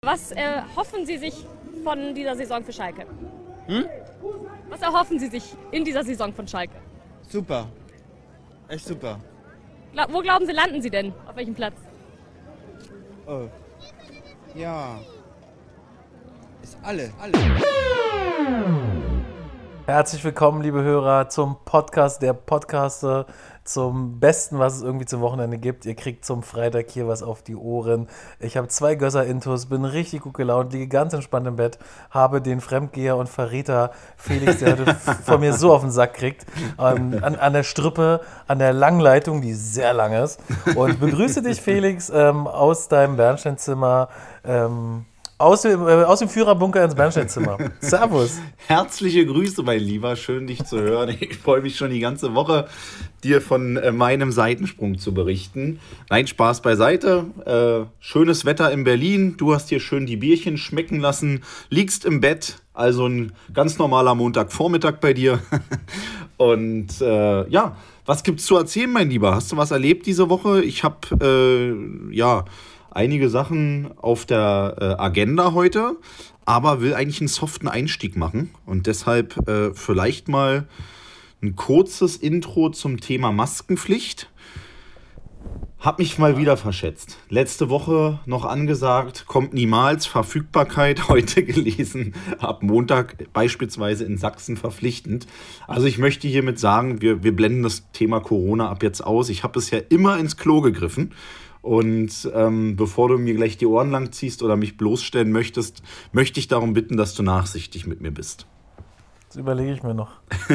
Was hoffen Sie sich von dieser Saison für Schalke? Was erhoffen Sie sich in dieser Saison von Schalke? Super. Echt super. Wo glauben Sie, landen Sie denn? Auf welchem Platz? Oh. Ja. Ist alle. Herzlich willkommen, liebe Hörer, zum Podcast der Podcaster, zum Besten, was es irgendwie zum Wochenende gibt. Ihr kriegt zum Freitag hier was auf die Ohren. Ich habe 2 Gösser-Intos, bin richtig gut gelaunt, liege ganz entspannt im Bett, habe den Fremdgeher und Verräter Felix, der heute von mir so auf den Sack kriegt, an der Strippe, an der langen Leitung, die sehr lang ist. Und begrüße dich, Felix, aus deinem Bernsteinzimmer, aus dem Führerbunker ins Bernsteinzimmer. Servus. Herzliche Grüße, mein Lieber. Schön, dich zu hören. Ich freue mich schon die ganze Woche, dir von meinem Seitensprung zu berichten. Nein, Spaß beiseite. Schönes Wetter in Berlin. Du hast hier schön die Bierchen schmecken lassen. Liegst im Bett. Also ein ganz normaler Montagvormittag bei dir. Und ja, was gibt's zu erzählen, mein Lieber? Hast du was erlebt diese Woche? Ich habe, einige Sachen auf der Agenda heute, aber will eigentlich einen soften Einstieg machen und deshalb vielleicht mal ein kurzes Intro zum Thema Maskenpflicht. Hab mich mal wieder verschätzt. Letzte Woche noch angesagt, kommt niemals, Verfügbarkeit, heute gelesen, ab Montag beispielsweise in Sachsen verpflichtend. Also ich möchte hiermit sagen, wir blenden das Thema Corona ab jetzt aus. Ich habe bisher immer ins Klo gegriffen. Und bevor du mir gleich die Ohren lang ziehst oder mich bloßstellen möchtest, möchte ich darum bitten, dass du nachsichtig mit mir bist. Das überlege ich mir noch.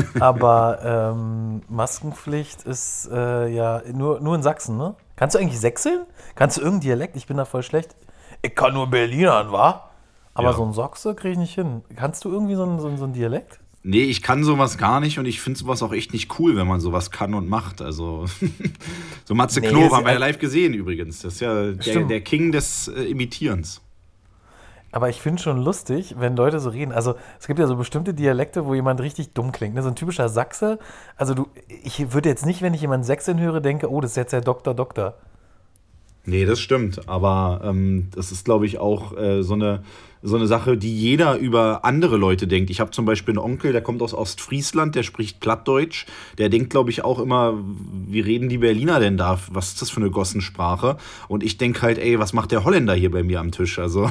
Aber Maskenpflicht ist ja nur in Sachsen, ne? Kannst du eigentlich sächseln? Kannst du irgendeinen Dialekt? Ich bin da voll schlecht. Ich kann nur Berlinern, wa? Aber Ja. so ein Sachse kriege ich nicht hin. Kannst du irgendwie so einen Dialekt? Nee, ich kann sowas gar nicht und ich finde sowas auch echt nicht cool, wenn man sowas kann und macht. Also so Matze Nee, Knob ist haben wir ja ja- live gesehen übrigens. Das ist ja Stimmt. der King des Imitierens. Aber ich finde schon lustig, wenn Leute so reden. Also es gibt ja so bestimmte Dialekte, wo jemand richtig dumm klingt. Ne? So ein typischer Sachse. Also ich würde jetzt nicht, wenn ich jemanden Sächseln höre, denke, oh, das ist jetzt der Doktor. Nee, das stimmt. Aber das ist, glaube ich, auch so eine Sache, die jeder über andere Leute denkt. Ich habe zum Beispiel einen Onkel, der kommt aus Ostfriesland, der spricht Plattdeutsch. Der denkt, glaube ich, auch immer, wie reden die Berliner denn da? Was ist das für eine Gossensprache? Und ich denke halt, ey, was macht der Holländer hier bei mir am Tisch? Also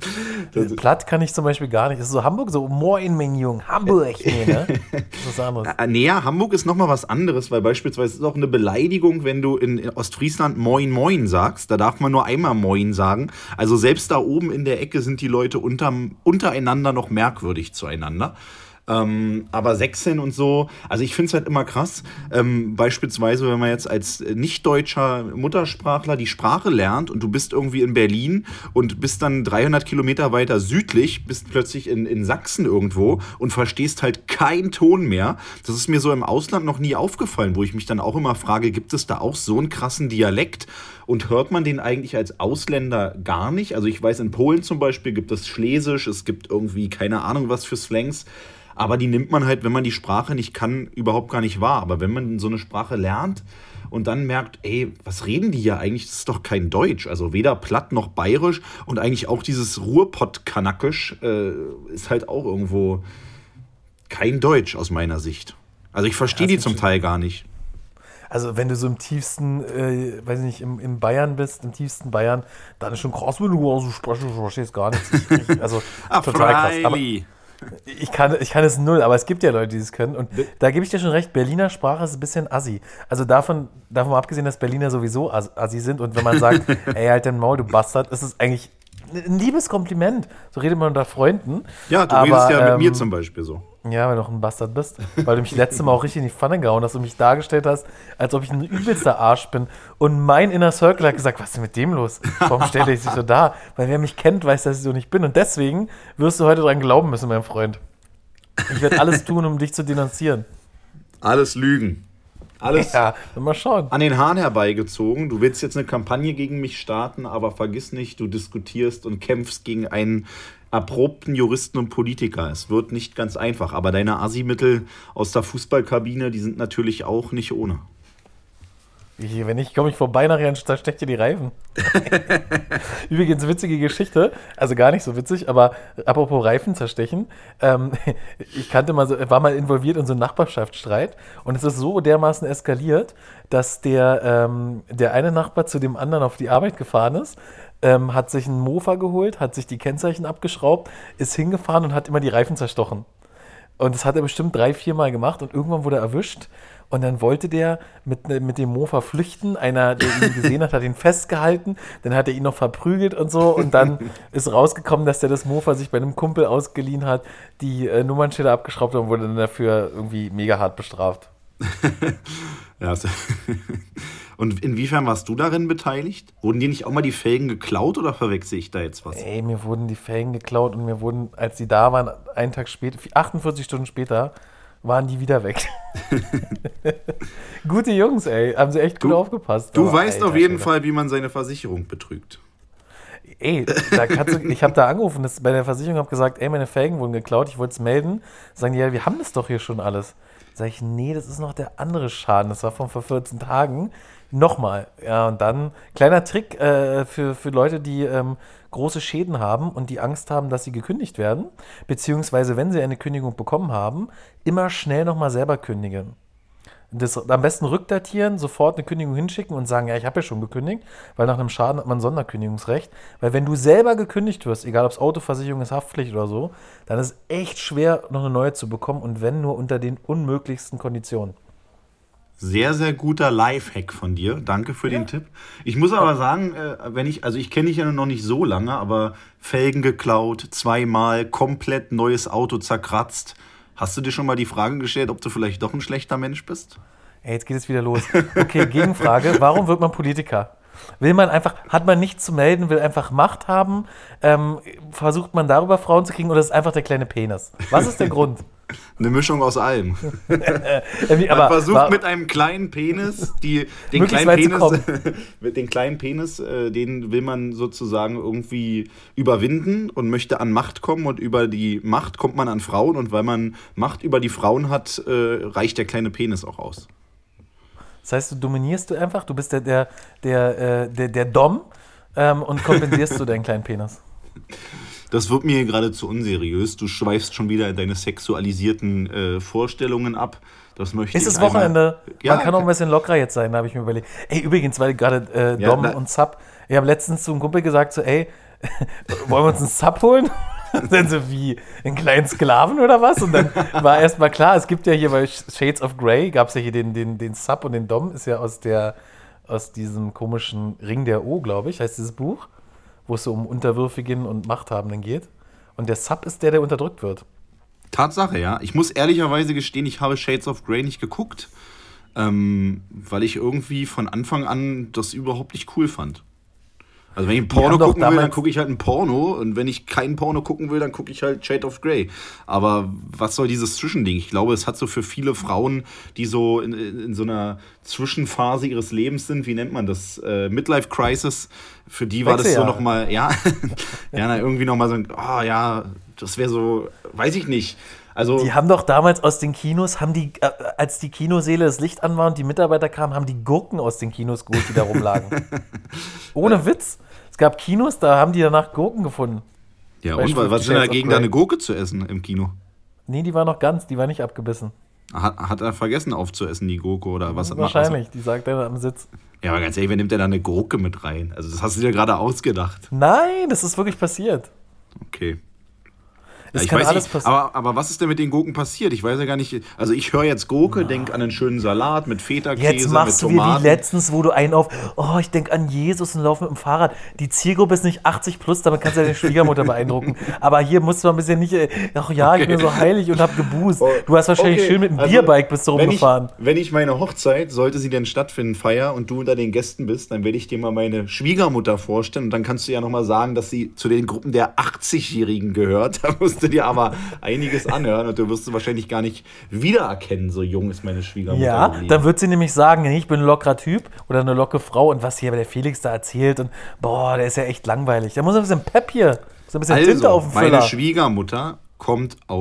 Platt kann ich zum Beispiel gar nicht. Das ist so Hamburg, so Moin, mein Jung, Hamburg, nee, ne? Das ist was anderes. ja, Hamburg ist nochmal was anderes, weil beispielsweise ist es auch eine Beleidigung, wenn du in Ostfriesland Moin Moin sagst. Da darf man nur einmal Moin sagen. Also selbst da oben in der Ecke sind die Leute untereinander noch merkwürdig zueinander. Aber Sächseln und so, also ich finde es halt immer krass, beispielsweise, wenn man jetzt als nicht-deutscher Muttersprachler die Sprache lernt und du bist irgendwie in Berlin und bist dann 300 Kilometer weiter südlich, bist plötzlich in Sachsen irgendwo und verstehst halt keinen Ton mehr. Das ist mir so im Ausland noch nie aufgefallen, wo ich mich dann auch immer frage, gibt es da auch so einen krassen Dialekt? Und hört man den eigentlich als Ausländer gar nicht? Also ich weiß, in Polen zum Beispiel gibt es Schlesisch, es gibt irgendwie keine Ahnung was für Slangs. Aber die nimmt man halt, wenn man die Sprache nicht kann, überhaupt gar nicht wahr. Aber wenn man so eine Sprache lernt und dann merkt, ey, was reden die hier eigentlich? Das ist doch kein Deutsch. Also weder Platt noch Bayerisch. Und eigentlich auch dieses Ruhrpott-Kanakisch ist halt auch irgendwo kein Deutsch aus meiner Sicht. Also ich verstehe Ja, die das zum ist Teil gar nicht. Also wenn du so im tiefsten, weiß ich nicht, im Bayern bist, im tiefsten Bayern, dann ist schon krass, wenn du so sprichst, du verstehst gar nichts. Also total krass. Aber ich kann es null, aber es gibt ja Leute, die es können. Und da gebe ich dir schon recht, Berliner Sprache ist ein bisschen assi. Also davon mal abgesehen, dass Berliner sowieso assi sind. Und wenn man sagt, ey, halt dein Maul, du Bastard, ist es eigentlich ein liebes Kompliment. So redet man unter Freunden. Ja, du Aber, redest ja mit mir zum Beispiel so. Ja, weil du noch ein Bastard bist. Weil du mich letztes Mal auch richtig in die Pfanne gehauen hast und mich dargestellt hast, als ob ich ein übelster Arsch bin. Und mein Inner Circle hat gesagt, was ist denn mit dem los? Warum stellt er sich so dar? Weil wer mich kennt, weiß, dass ich so nicht bin. Und deswegen wirst du heute dran glauben müssen, mein Freund. Ich werde alles tun, um dich zu denunzieren. Alles Lügen. Alles Ja, mal schauen. an den Haaren herbeigezogen. Du willst jetzt eine Kampagne gegen mich starten, aber vergiss nicht, du diskutierst und kämpfst gegen einen erprobten Juristen und Politiker. Es wird nicht ganz einfach, aber deine Assi-Mittel aus der Fußballkabine, die sind natürlich auch nicht ohne. Wenn ich komme ich vorbei nachher und zerstech dir die Reifen. Übrigens, witzige Geschichte, also gar nicht so witzig, aber apropos Reifen zerstechen, ich war mal involviert in so einen Nachbarschaftsstreit und es ist so dermaßen eskaliert, dass der eine Nachbar zu dem anderen auf die Arbeit gefahren ist, hat sich einen Mofa geholt, hat sich die Kennzeichen abgeschraubt, ist hingefahren und hat immer die Reifen zerstochen. Und das hat er bestimmt 3-4 Mal gemacht und irgendwann wurde er erwischt. Und dann wollte der mit dem Mofa flüchten. Einer, der ihn gesehen hat, hat ihn festgehalten. Dann hat er ihn noch verprügelt und so. Und dann ist rausgekommen, dass der das Mofa sich bei einem Kumpel ausgeliehen hat, die Nummernschilder abgeschraubt hat und wurde dann dafür irgendwie mega hart bestraft. Ja. Und inwiefern warst du darin beteiligt? Wurden dir nicht auch mal die Felgen geklaut oder verwechsel ich da jetzt was? Ey, mir wurden die Felgen geklaut und mir wurden, als die da waren, einen Tag später, 48 Stunden später, waren die wieder weg. Gute Jungs, ey. Haben sie echt gut aufgepasst. Du weißt auf jeden Fall, wie man seine Versicherung betrügt. Ey, ich habe da angerufen, bei der Versicherung, habe gesagt, ey, meine Felgen wurden geklaut, ich wollte es melden. Sagen die, ja, wir haben das doch hier schon alles. Sag ich, nee, das ist noch der andere Schaden, das war von vor 14 Tagen. Nochmal. Ja, und dann, kleiner Trick für Leute, die große Schäden haben und die Angst haben, dass sie gekündigt werden, beziehungsweise, wenn sie eine Kündigung bekommen haben, immer schnell nochmal selber kündigen. Das am besten rückdatieren, sofort eine Kündigung hinschicken und sagen, ja, ich habe ja schon gekündigt, weil nach einem Schaden hat man Sonderkündigungsrecht. Weil wenn du selber gekündigt wirst, egal ob es Autoversicherung ist, Haftpflicht oder so, dann ist es echt schwer, noch eine neue zu bekommen und wenn nur unter den unmöglichsten Konditionen. Sehr, sehr guter Lifehack von dir. Danke für den Tipp. Ich muss aber sagen, ich kenne dich ja noch nicht so lange, aber Felgen geklaut, 2-mal, komplett neues Auto zerkratzt. Hast du dir schon mal die Frage gestellt, ob du vielleicht doch ein schlechter Mensch bist? Ey, jetzt geht es wieder los. Okay, Gegenfrage. Warum wird man Politiker? Hat man nichts zu melden, will einfach Macht haben? Versucht man darüber Frauen zu kriegen oder ist es einfach der kleine Penis? Was ist der Grund? Eine Mischung aus allem. Man versucht mit einem kleinen Penis, den kleinen Penis, den will man sozusagen irgendwie überwinden und möchte an Macht kommen und über die Macht kommt man an Frauen und weil man Macht über die Frauen hat, reicht der kleine Penis auch aus. Das heißt, du dominierst einfach, du bist der Dom und kompensierst du deinen kleinen Penis. Das wird mir gerade zu unseriös. Du schweifst schon wieder in deine sexualisierten Vorstellungen ab. Das möchte ist ich das Wochenende? Ja, man kann auch ein bisschen lockerer jetzt sein, da habe ich mir überlegt. Ey, übrigens, weil gerade Dom und Sub, ich habe letztens zu einem Kumpel gesagt, so, ey, wollen wir uns einen Sub holen? Dann so wie einen kleinen Sklaven oder was? Und dann war erstmal klar, es gibt ja hier bei Shades of Grey, gab es ja hier den Sub und den Dom, ist ja aus diesem komischen Ring der O, glaube ich, heißt dieses Buch, wo es so um Unterwürfigen und Machthabenden geht. Und der Sub ist der unterdrückt wird. Tatsache, ja. Ich muss ehrlicherweise gestehen, ich habe Shades of Grey nicht geguckt, weil ich irgendwie von Anfang an das überhaupt nicht cool fand. Also wenn ich ein Porno gucken will, dann gucke ich halt ein Porno und wenn ich kein Porno gucken will, dann gucke ich halt Shades of Grey. Aber was soll dieses Zwischending? Ich glaube, es hat so für viele Frauen, die so in so einer Zwischenphase ihres Lebens sind, wie nennt man das? Midlife Crisis, für die war das so nochmal, irgendwie nochmal so das wäre so, weiß ich nicht. Also, die haben doch damals aus den Kinos, als die Kinosäle das Licht an war und die Mitarbeiter kamen, haben die Gurken aus den Kinos geholt, die da rumlagen. Ohne Witz. Es gab Kinos, da haben die danach Gurken gefunden. Ja, und was ist denn dagegen, da eine Gurke zu essen im Kino? Nee, die war noch ganz, die war nicht abgebissen. Hat er vergessen aufzuessen, die Gurke, oder was? Wahrscheinlich, die sagt er am Sitz. Ja, aber ganz ehrlich, wer nimmt denn da eine Gurke mit rein? Also das hast du dir gerade ausgedacht. Nein, das ist wirklich passiert. Okay. Es ich kann weiß alles nicht, passieren. aber was ist denn mit den Gurken passiert? Ich weiß ja gar nicht. Also ich höre jetzt Gurke, denke an einen schönen Salat mit Feta-Käse, jetzt machst mit du Tomaten. wie letztens, wo du ich denke an Jesus und laufe mit dem Fahrrad. Die Zielgruppe ist nicht 80 plus, damit kannst du deine Schwiegermutter beeindrucken. Aber hier musst du mal ein bisschen nicht, ich bin so heilig und hab geboost. Du hast wahrscheinlich schön mit einem Bierbike bist du rumgefahren. Wenn ich meine Hochzeit, sollte sie denn stattfinden, feier und du unter den Gästen bist, dann werde ich dir mal meine Schwiegermutter vorstellen und dann kannst du ja nochmal sagen, dass sie zu den Gruppen der 80-Jährigen gehört. Da musst du dir aber einiges anhören und du wirst sie wahrscheinlich gar nicht wiedererkennen, so jung ist meine Schwiegermutter. Ja, geblieben. dann wird sie nämlich sagen, ich bin ein lockerer Typ oder eine lockere Frau und was hier der Felix da erzählt und der ist ja echt langweilig. Da muss ein bisschen Pep hier, so ein bisschen Tinte auf dem Füller. Meine Schwiegermutter kommt aus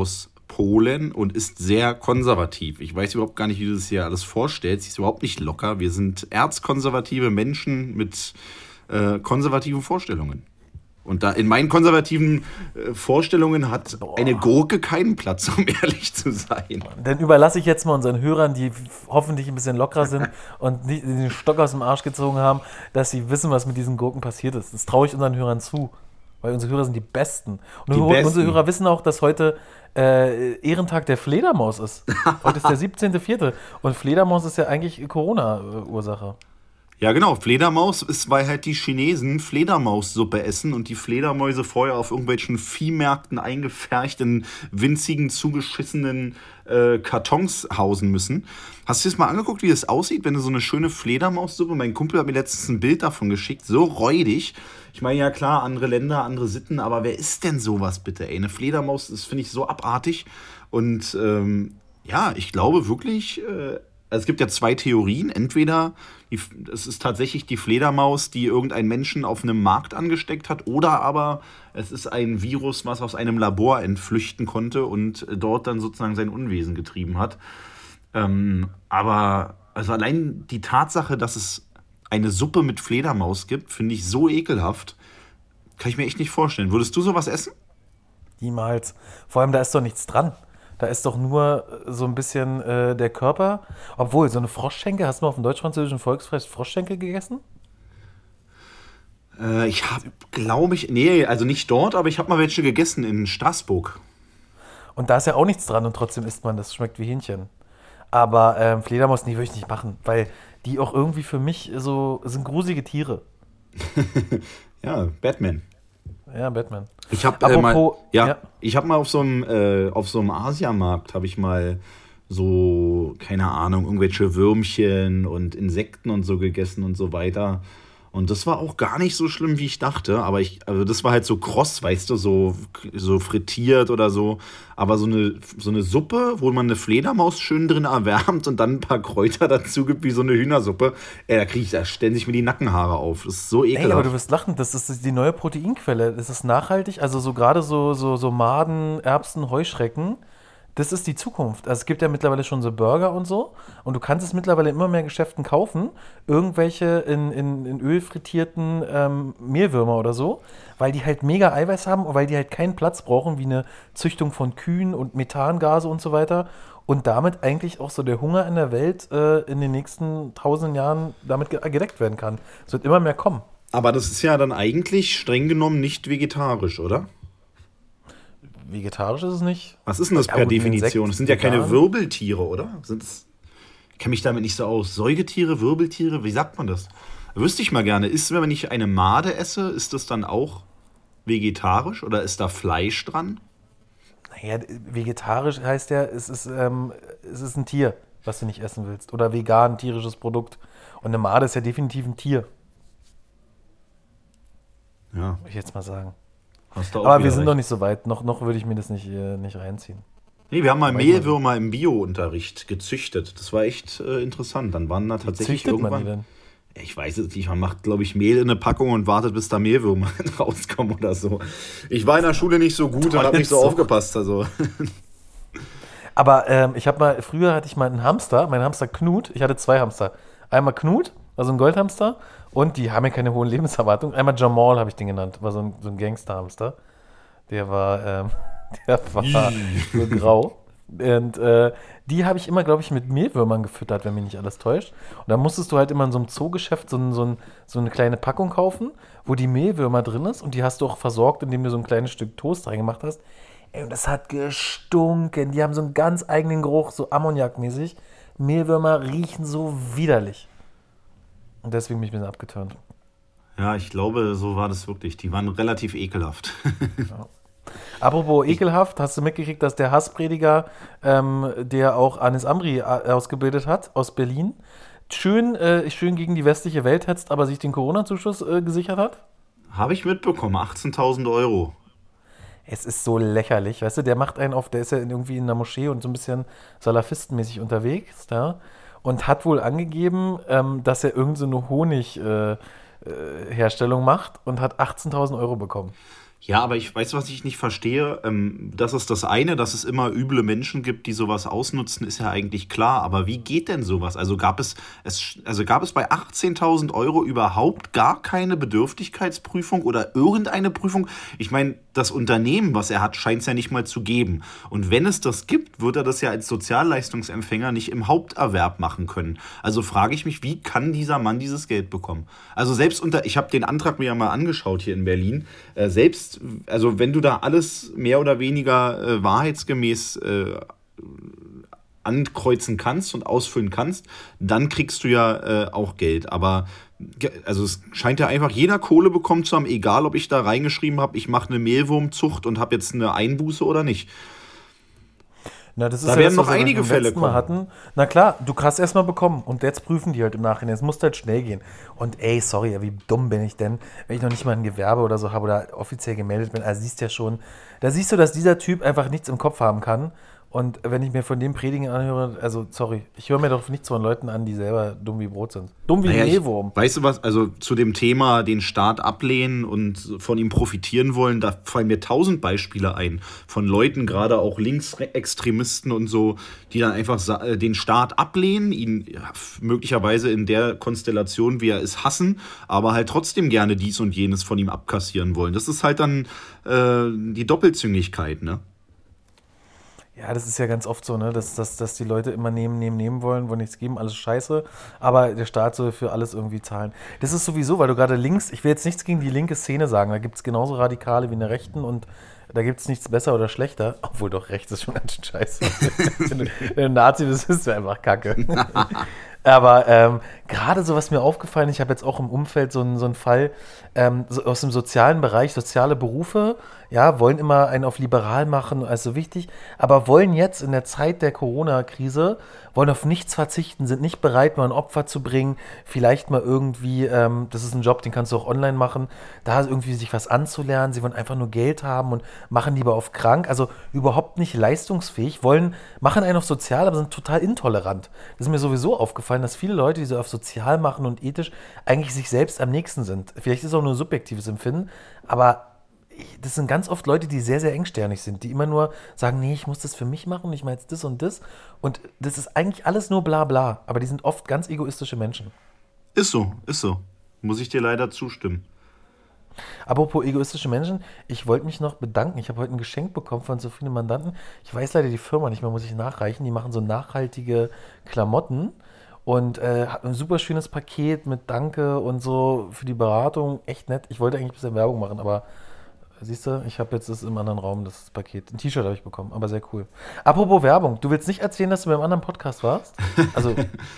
Polen und ist sehr konservativ. Ich weiß überhaupt gar nicht, wie du das hier alles vorstellst. Sie ist überhaupt nicht locker. Wir sind erzkonservative Menschen mit konservativen Vorstellungen. Und da in meinen konservativen Vorstellungen hat eine Gurke keinen Platz, um ehrlich zu sein. Dann überlasse ich jetzt mal unseren Hörern, die hoffentlich ein bisschen lockerer sind und nicht den Stock aus dem Arsch gezogen haben, dass sie wissen, was mit diesen Gurken passiert ist. Das traue ich unseren Hörern zu, weil unsere Hörer sind die Besten. Und unsere Hörer wissen auch, dass heute Ehrentag der Fledermaus ist. Heute ist der 17.04. Und Fledermaus ist ja eigentlich Corona-Ursache. Ja, genau. Fledermaus ist, weil halt die Chinesen Fledermaussuppe essen und die Fledermäuse vorher auf irgendwelchen Viehmärkten eingepfercht in winzigen, zugeschissenen Kartons hausen müssen. Hast du dir das mal angeguckt, wie das aussieht, wenn du so eine schöne Fledermaussuppe, mein Kumpel hat mir letztens ein Bild davon geschickt, so räudig. Ich meine, ja klar, andere Länder, andere Sitten, aber wer isst denn sowas bitte, ey? Eine Fledermaus, das finde ich so abartig. Und ja, ich glaube wirklich, es gibt ja zwei Theorien. Entweder es ist tatsächlich die Fledermaus, die irgendein Menschen auf einem Markt angesteckt hat, oder aber es ist ein Virus, was aus einem Labor entflüchten konnte und dort dann sozusagen sein Unwesen getrieben hat. Aber also allein die Tatsache, dass es eine Suppe mit Fledermaus gibt, finde ich so ekelhaft. Kann ich mir echt nicht vorstellen. Würdest du sowas essen? Niemals. Vor allem, da ist doch nichts dran. Da ist doch nur so ein bisschen der Körper. Obwohl, so eine Froschschenkel, hast du mal auf dem deutsch-französischen Volksfest Froschschenkel gegessen? Ich habe, glaube ich, nee, also nicht dort, aber ich habe mal welche gegessen in Straßburg. Und da ist ja auch nichts dran und trotzdem isst man, das schmeckt wie Hähnchen. Aber Fledermaus, nee, würde ich nicht machen, weil die auch irgendwie für mich so sind gruselige Tiere. Ja, Batman. Ja, Batman. Ich habe ich habe mal auf so einem Asiamarkt habe ich mal so, keine Ahnung, irgendwelche Würmchen und Insekten und so gegessen und so weiter. Und das war auch gar nicht so schlimm, wie ich dachte. Aber also das war halt so kross, weißt du, so frittiert oder so. Aber so eine Suppe, wo man eine Fledermaus schön drin erwärmt und dann ein paar Kräuter dazu gibt, wie so eine Hühnersuppe, da stellen sich mir die Nackenhaare auf. Das ist so ekelhaft. Ey, aber du wirst lachen, das ist die neue Proteinquelle. Das ist nachhaltig, also so gerade so Maden, Erbsen, Heuschrecken. Das ist die Zukunft. Also es gibt ja mittlerweile schon so Burger und so. Und du kannst es mittlerweile in immer mehr Geschäften kaufen. Irgendwelche in Öl frittierten Mehlwürmer oder so. Weil die halt mega Eiweiß haben und weil die halt keinen Platz brauchen, wie eine Züchtung von Kühen und Methangase und so weiter. Und damit eigentlich auch so der Hunger in der Welt in den nächsten 1000 Jahren damit gedeckt werden kann. Es wird immer mehr kommen. Aber das ist ja dann eigentlich streng genommen nicht vegetarisch, oder? Vegetarisch ist es nicht. Was ist denn das per Definition? Es sind ja keine Wirbeltiere, oder? Ich kenne mich damit nicht so aus. Säugetiere, Wirbeltiere, wie sagt man das? Wüsste ich mal gerne. Wenn ich eine Made esse, ist das dann auch vegetarisch oder ist da Fleisch dran? Naja, vegetarisch heißt ja, es ist ein Tier, was du nicht essen willst. Oder vegan, tierisches Produkt. Und eine Made ist ja definitiv ein Tier. Ja. Würde ich jetzt mal sagen. Aber wir sind noch nicht so weit. Noch würde ich mir das nicht reinziehen. Nee, wir haben mal Mehlwürmer im Bio-Unterricht gezüchtet. Das war echt interessant. Dann waren da tatsächlich irgendwann... Man die denn? Ich weiß es nicht. Man macht, glaube ich, Mehl in eine Packung und wartet, bis da Mehlwürmer rauskommen oder so. Ich war in der Schule nicht so gut und habe nicht so aufgepasst. Also. Aber früher hatte ich mal einen Hamster, mein Hamster Knut. Ich hatte 2 Hamster. Einmal Knut, also ein Goldhamster. Und die haben ja keine hohen Lebenserwartungen. Einmal Jamal habe ich den genannt. War so ein Gangsterhamster. Der war so grau. Und die habe ich immer, glaube ich, mit Mehlwürmern gefüttert, wenn mich nicht alles täuscht. Und dann musstest du halt immer in so einem Zoogeschäft so eine kleine Packung kaufen, wo die Mehlwürmer drin ist. Und die hast du auch versorgt, indem du so ein kleines Stück Toast reingemacht hast. Ey, und das hat gestunken. Die haben so einen ganz eigenen Geruch, so ammoniakmäßig. Mehlwürmer riechen so widerlich. Und deswegen bin ich ein bisschen abgeturnt. Ja, ich glaube, so war das wirklich. Die waren relativ ekelhaft. Ja. Apropos ekelhaft, hast du mitgekriegt, dass der Hassprediger, der auch Anis Amri ausgebildet hat, aus Berlin, schön gegen die westliche Welt hetzt, aber sich den Corona-Zuschuss gesichert hat? Habe ich mitbekommen, 18.000 Euro. Es ist so lächerlich, weißt du, der macht einen auf, der ist ja irgendwie in der Moschee und so ein bisschen salafistenmäßig unterwegs, ja, und hat wohl angegeben, dass er irgend so eine Honigherstellung macht und hat 18.000 Euro bekommen. Ja, aber ich weiß, was ich nicht verstehe. Das ist das eine, dass es immer üble Menschen gibt, die sowas ausnutzen, ist ja eigentlich klar. Aber wie geht denn sowas? Also gab es bei 18.000 Euro überhaupt gar keine Bedürftigkeitsprüfung oder irgendeine Prüfung? Ich meine, das Unternehmen, was er hat, scheint es ja nicht mal zu geben. Und wenn es das gibt, wird er das ja als Sozialleistungsempfänger nicht im Haupterwerb machen können. Also frage ich mich, wie kann dieser Mann dieses Geld bekommen? Also ich habe den Antrag mir ja mal angeschaut hier in Berlin, also wenn du da alles mehr oder weniger wahrheitsgemäß ankreuzen kannst und ausfüllen kannst, dann kriegst du ja auch Geld. Aber also es scheint ja einfach jeder Kohle bekommen zu haben, egal ob ich da reingeschrieben habe, ich mache eine Mehlwurmzucht und habe jetzt eine Einbuße oder nicht. Na, das ist Da ja werden das, noch was wir einige beim Fälle letzten Mal kommen. hatten. Na klar, du hast erstmal bekommen und jetzt prüfen die halt im Nachhinein. Es muss halt schnell gehen. Und ey, sorry, wie dumm bin ich denn, wenn ich noch nicht mal ein Gewerbe oder so habe oder offiziell gemeldet bin. Also siehst ja schon, da siehst du, dass dieser Typ einfach nichts im Kopf haben kann. Und wenn ich mir von dem Predigen anhöre, also sorry, ich höre mir doch nichts von Leuten an, die selber dumm wie Brot sind. Dumm wie ein Mehlwurm. Weißt du was, also zu dem Thema den Staat ablehnen und von ihm profitieren wollen, da fallen mir 1000 Beispiele ein. Von Leuten, gerade auch Linksextremisten und so, die dann einfach den Staat ablehnen, ihn möglicherweise in der Konstellation, wie er ist, hassen, aber halt trotzdem gerne dies und jenes von ihm abkassieren wollen. Das ist halt dann die Doppelzüngigkeit, ne? Ja, das ist ja ganz oft so, ne, dass die Leute immer nehmen wollen nichts geben, alles scheiße, aber der Staat soll für alles irgendwie zahlen. Das ist sowieso, weil du gerade links, ich will jetzt nichts gegen die linke Szene sagen, da gibt es genauso Radikale wie in der Rechten und da gibt es nichts besser oder schlechter, obwohl doch rechts ist schon ganz schön scheiße. Wenn du ein Nazi bist, ist du einfach Kacke. Aber gerade so, was mir aufgefallen ist, ich habe jetzt auch im Umfeld so einen Fall so aus dem sozialen Bereich, soziale Berufe, ja, wollen immer einen auf liberal machen, also wichtig, aber wollen jetzt in der Zeit der Corona-Krise, wollen auf nichts verzichten, sind nicht bereit, mal ein Opfer zu bringen, vielleicht mal irgendwie, das ist ein Job, den kannst du auch online machen, da irgendwie sich was anzulernen, sie wollen einfach nur Geld haben und machen lieber auf krank, also überhaupt nicht leistungsfähig, machen einen auf sozial, aber sind total intolerant. Das ist mir sowieso aufgefallen, dass viele Leute, die so auf sozial machen und ethisch, eigentlich sich selbst am nächsten sind. Vielleicht ist es auch nur subjektives Empfinden, aber das sind ganz oft Leute, die sehr, sehr engsternig sind, die immer nur sagen, nee, ich muss das für mich machen, ich mache jetzt das und das. Und das ist eigentlich alles nur bla bla, aber die sind oft ganz egoistische Menschen. Ist so. Muss ich dir leider zustimmen. Apropos egoistische Menschen, ich wollte mich noch bedanken. Ich habe heute ein Geschenk bekommen von so vielen Mandanten. Ich weiß leider die Firma nicht mehr, muss ich nachreichen. Die machen so nachhaltige Klamotten und hat ein super schönes Paket mit Danke und so für die Beratung. Echt nett. Ich wollte eigentlich ein bisschen Werbung machen, aber siehst du, ich habe jetzt das im anderen Raum, das Paket. Ein T-Shirt habe ich bekommen, aber sehr cool. Apropos Werbung, du willst nicht erzählen, dass du beim anderen Podcast warst? Also,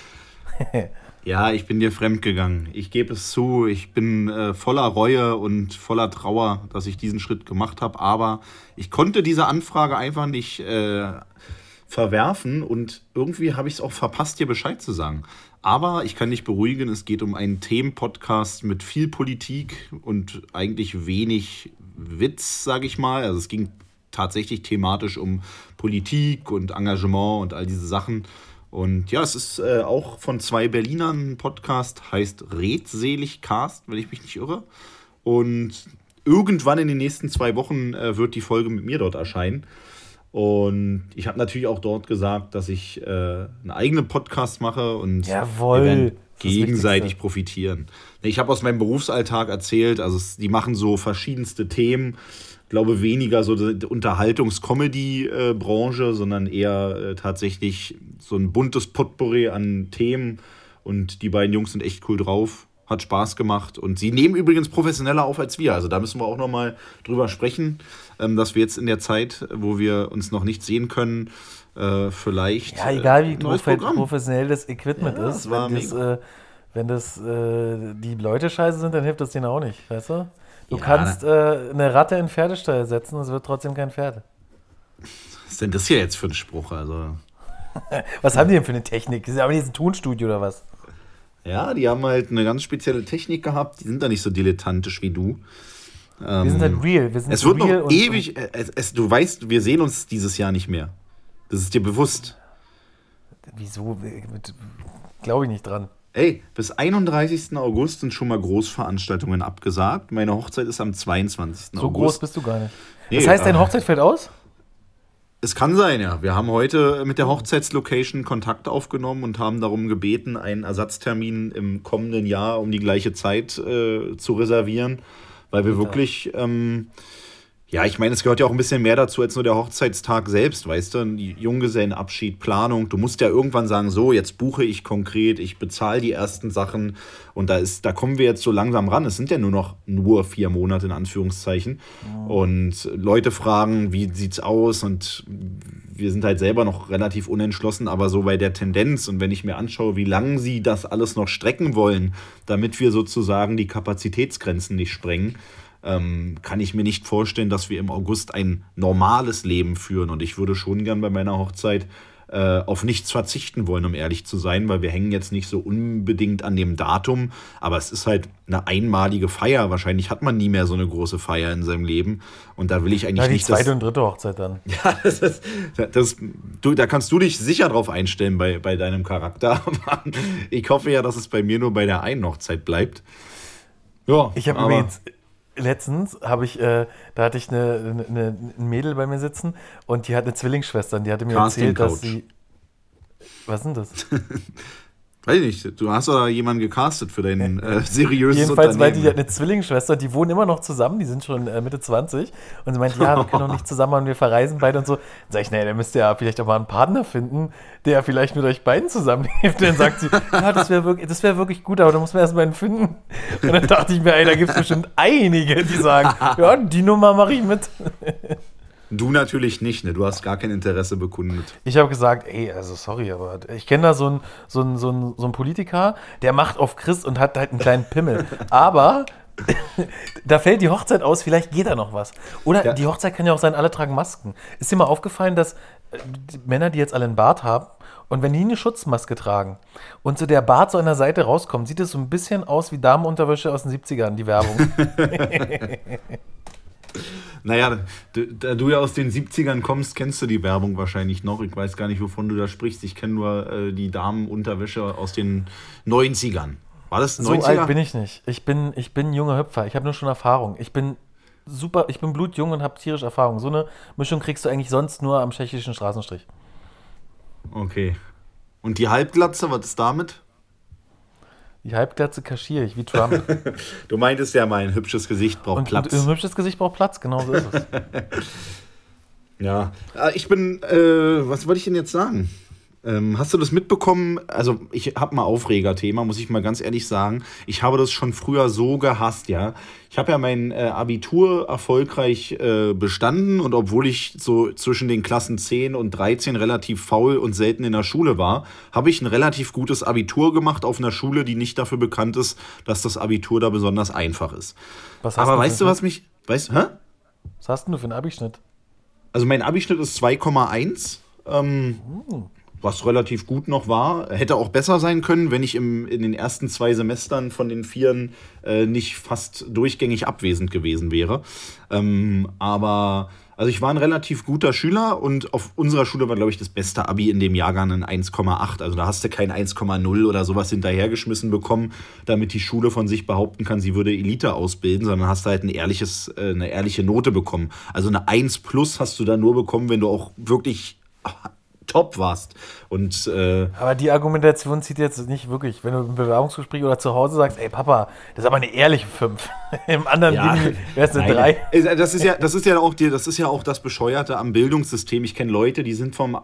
Ja, ich bin dir fremdgegangen. Ich gebe es zu, ich bin voller Reue und voller Trauer, dass ich diesen Schritt gemacht habe. Aber ich konnte diese Anfrage einfach nicht verwerfen und irgendwie habe ich es auch verpasst, dir Bescheid zu sagen. Aber ich kann dich beruhigen, es geht um einen Themenpodcast mit viel Politik und eigentlich wenig Witz, sage ich mal. Also es ging tatsächlich thematisch um Politik und Engagement und all diese Sachen. Und ja, es ist auch von 2 Berlinern ein Podcast, heißt Redseligcast, wenn ich mich nicht irre. Und irgendwann in den nächsten 2 Wochen wird die Folge mit mir dort erscheinen. Und ich habe natürlich auch dort gesagt, dass ich einen eigenen Podcast mache und Jawohl, wir werden das ist das gegenseitig Wichtigste. profitieren. Ich habe aus meinem Berufsalltag erzählt, also die machen so verschiedenste Themen. Ich glaube weniger so die Unterhaltungs-Comedy-Branche, sondern eher tatsächlich so ein buntes Potpourri an Themen. Und die beiden Jungs sind echt cool drauf. Hat Spaß gemacht. Und sie nehmen übrigens professioneller auf als wir. Also da müssen wir auch nochmal drüber sprechen, dass wir jetzt in der Zeit, wo wir uns noch nicht sehen können, vielleicht Ja, egal wie ein neues Programm. professionell das Equipment Ja, ist, das war wenn das die Leute scheiße sind, dann hilft das denen auch nicht, weißt du? Du Ja, kannst eine Ratte in Pferdestall setzen, es wird trotzdem kein Pferd. Was ist denn das hier jetzt für ein Spruch? Also Was haben die denn für eine Technik? Haben die jetzt ein Tonstudio oder was? ja, die haben halt eine ganz spezielle Technik gehabt. Die sind da nicht so dilettantisch wie du. Wir sind halt real. Wir sind Es wird real noch ewig, du weißt, wir sehen uns dieses Jahr nicht mehr. Das ist dir bewusst. Wieso? Glaube ich nicht dran. Ey, bis 31. August sind schon mal Großveranstaltungen abgesagt. Meine Hochzeit ist am 22. So August. groß bist du gar nicht. Nee, Das heißt, deine Hochzeit fällt aus? Es kann sein, ja. Wir haben heute mit der Hochzeitslocation Kontakt aufgenommen und haben darum gebeten, einen Ersatztermin im kommenden Jahr um die gleiche Zeit zu reservieren, weil wir wirklich, ja, ich meine, es gehört ja auch ein bisschen mehr dazu als nur der Hochzeitstag selbst, weißt du? Die Junggesellenabschied, Planung. Du musst ja irgendwann sagen, so, jetzt buche ich konkret, ich bezahle die ersten Sachen und da kommen wir jetzt so langsam ran. Es sind ja nur 4 Monate in Anführungszeichen. Und Leute fragen, wie sieht's aus? Und wir sind halt selber noch relativ unentschlossen, aber so bei der Tendenz und wenn ich mir anschaue, wie lange sie das alles noch strecken wollen, damit wir sozusagen die Kapazitätsgrenzen nicht sprengen, kann ich mir nicht vorstellen, dass wir im August ein normales Leben führen. Und ich würde schon gern bei meiner Hochzeit auf nichts verzichten wollen, um ehrlich zu sein, weil wir hängen jetzt nicht so unbedingt an dem Datum, aber es ist halt eine einmalige Feier. Wahrscheinlich hat man nie mehr so eine große Feier in seinem Leben. Und da will ich eigentlich Ja, die nicht... zweite und dritte Hochzeit dann. Ja, da kannst du dich sicher drauf einstellen bei deinem Charakter. Aber ich hoffe ja, dass es bei mir nur bei der einen Hochzeit bleibt. Ja, Ich habe übrigens letztens da hatte ich ein Mädel bei mir sitzen und die hat eine Zwillingsschwester und die hatte mir Casting erzählt, dass Couch. sie. Was ist denn das? Weiß ich nicht, du hast doch jemanden gecastet für dein seriöses Jedenfalls meinte Unternehmen. die hat eine Zwillingsschwester, die wohnen immer noch zusammen, die sind schon Mitte 20 und sie meinte, ja, wir können noch nicht zusammen und wir verreisen beide und so. Dann sag ich, naja, dann müsst ihr ja vielleicht auch mal einen Partner finden, der vielleicht mit euch beiden zusammenlebt. Dann sagt sie, ja, das wäre wirklich gut, aber da muss man erst mal einen finden. Und dann dachte ich mir, ey, da gibt es bestimmt einige, die sagen, ja, die Nummer mache ich mit. Du natürlich nicht, ne? Du hast gar kein Interesse bekundet. Ich habe gesagt, ey, also sorry, aber ich kenne da so einen Politiker, der macht auf Christ und hat halt einen kleinen Pimmel. Aber da fällt die Hochzeit aus, vielleicht geht da noch was. Oder Ja. die Hochzeit kann ja auch sein, alle tragen Masken. Ist dir mal aufgefallen, dass die Männer, die jetzt alle einen Bart haben, und wenn die eine Schutzmaske tragen und so der Bart so an der Seite rauskommt, sieht es so ein bisschen aus wie Damenunterwäsche aus den 70ern, die Werbung. Naja, da du ja aus den 70ern kommst, kennst du die Werbung wahrscheinlich noch. Ich weiß gar nicht, wovon du da sprichst. Ich kenne nur die Damenunterwäsche aus den 90ern. War das 90er? So alt bin ich nicht. Ich bin ein junger Hüpfer. Ich habe nur schon Erfahrung. Ich bin blutjung und habe tierische Erfahrung. So eine Mischung kriegst du eigentlich sonst nur am tschechischen Straßenstrich. Okay. Und die Halbglatze, was ist damit? Die Halbglatze kaschiere ich, wie Trump. Du meintest ja, mein hübsches Gesicht braucht Und Platz. ein hübsches Gesicht braucht Platz, genau so ist es. Ja, ich bin, was wollte ich denn jetzt sagen? Hast du das mitbekommen? Also ich habe mal Aufregerthema, muss ich mal ganz ehrlich sagen. Ich habe das schon früher so gehasst, ja. Ich habe ja mein Abitur erfolgreich bestanden und obwohl ich so zwischen den Klassen 10 und 13 relativ faul und selten in der Schule war, habe ich ein relativ gutes Abitur gemacht auf einer Schule, die nicht dafür bekannt ist, dass das Abitur da besonders einfach ist. Was hast Aber du weißt du, was mich, hä? Was hast denn du für einen Abischnitt? Also mein Abischnitt ist 2,1. Was relativ gut noch war. Hätte auch besser sein können, wenn ich in den ersten 2 Semestern von den 4 nicht fast durchgängig abwesend gewesen wäre. Aber also ich war ein relativ guter Schüler und auf unserer Schule war, glaube ich, das beste Abi in dem Jahrgang ein 1,8. Also da hast du kein 1,0 oder sowas hinterhergeschmissen bekommen, damit die Schule von sich behaupten kann, sie würde Elite ausbilden, sondern hast halt eine ehrliche Note bekommen. Also eine 1 plus hast du dann nur bekommen, wenn du auch wirklich top warst. Und Aber die Argumentation zieht jetzt nicht wirklich, wenn du im Bewerbungsgespräch oder zu Hause sagst, ey Papa, das ist aber eine ehrliche 5. Im anderen wäre es eine 3. Das ist ja auch das Bescheuerte am Bildungssystem. Ich kenne Leute, die sind vom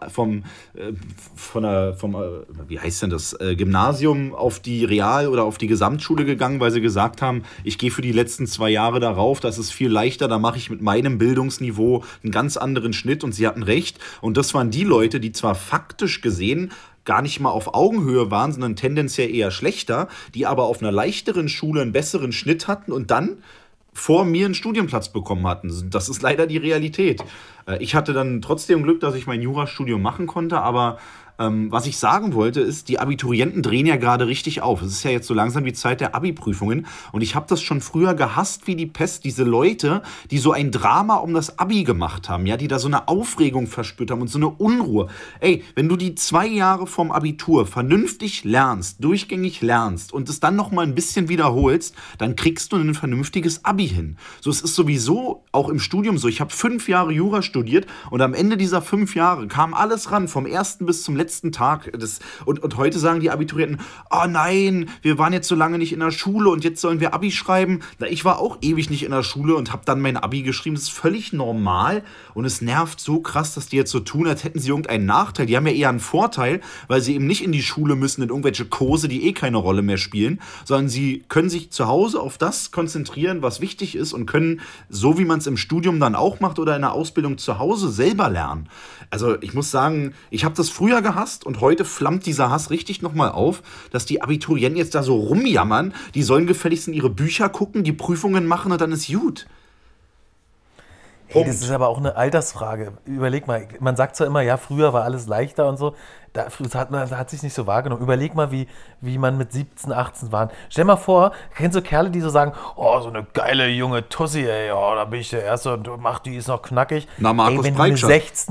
wie heißt denn das, Gymnasium auf die Real- oder auf die Gesamtschule gegangen, weil sie gesagt haben, ich gehe für die letzten 2 Jahre darauf, das ist viel leichter, da mache ich mit meinem Bildungsniveau einen ganz anderen Schnitt und sie hatten recht. Und das waren die Leute, die zwar faktisch gesehen gar nicht mal auf Augenhöhe waren, sondern tendenziell eher schlechter, die aber auf einer leichteren Schule einen besseren Schnitt hatten und dann vor mir einen Studienplatz bekommen hatten. Das ist leider die Realität. Ich hatte dann trotzdem Glück, dass ich mein Jurastudium machen konnte, aber Was ich sagen wollte, ist, die Abiturienten drehen ja gerade richtig auf. Es ist ja jetzt so langsam die Zeit der Abi-Prüfungen. Und ich habe das schon früher gehasst wie die Pest, diese Leute, die so ein Drama um das Abi gemacht haben, ja, die da so eine Aufregung verspürt haben und so eine Unruhe. Ey, wenn du die 2 Jahre vom Abitur vernünftig lernst, durchgängig lernst und es dann noch mal ein bisschen wiederholst, dann kriegst du ein vernünftiges Abi hin. So, es ist sowieso auch im Studium so. Ich habe 5 Jahre Jura studiert und am Ende dieser 5 Jahre kam alles ran, vom ersten bis zum letzten Tag. Und heute sagen die Abiturienten, oh nein, wir waren jetzt so lange nicht in der Schule und jetzt sollen wir Abi schreiben. Ich war auch ewig nicht in der Schule und habe dann mein Abi geschrieben. Das ist völlig normal und es nervt so krass, dass die jetzt so tun, als hätten sie irgendeinen Nachteil. Die haben ja eher einen Vorteil, weil sie eben nicht in die Schule müssen, in irgendwelche Kurse, die keine Rolle mehr spielen, sondern sie können sich zu Hause auf das konzentrieren, was wichtig ist und können, so wie man es im Studium dann auch macht oder in der Ausbildung zu Hause, selber lernen. Also ich muss sagen, ich habe das früher gehasst und heute flammt dieser Hass richtig nochmal auf, dass die Abiturienten jetzt da so rumjammern, die sollen gefälligst in ihre Bücher gucken, die Prüfungen machen und dann ist gut. Hey, das ist aber auch eine Altersfrage. Überleg mal, man sagt zwar immer, ja, früher war alles leichter und so, da hat sich nicht so wahrgenommen. Überleg mal, wie man mit 17, 18 war. Stell mal vor, kennst du Kerle, die so sagen, oh, so eine geile junge Tussi, ey, oh, da bin ich der Erste und die ist noch knackig. Na, Markus Breitscheid.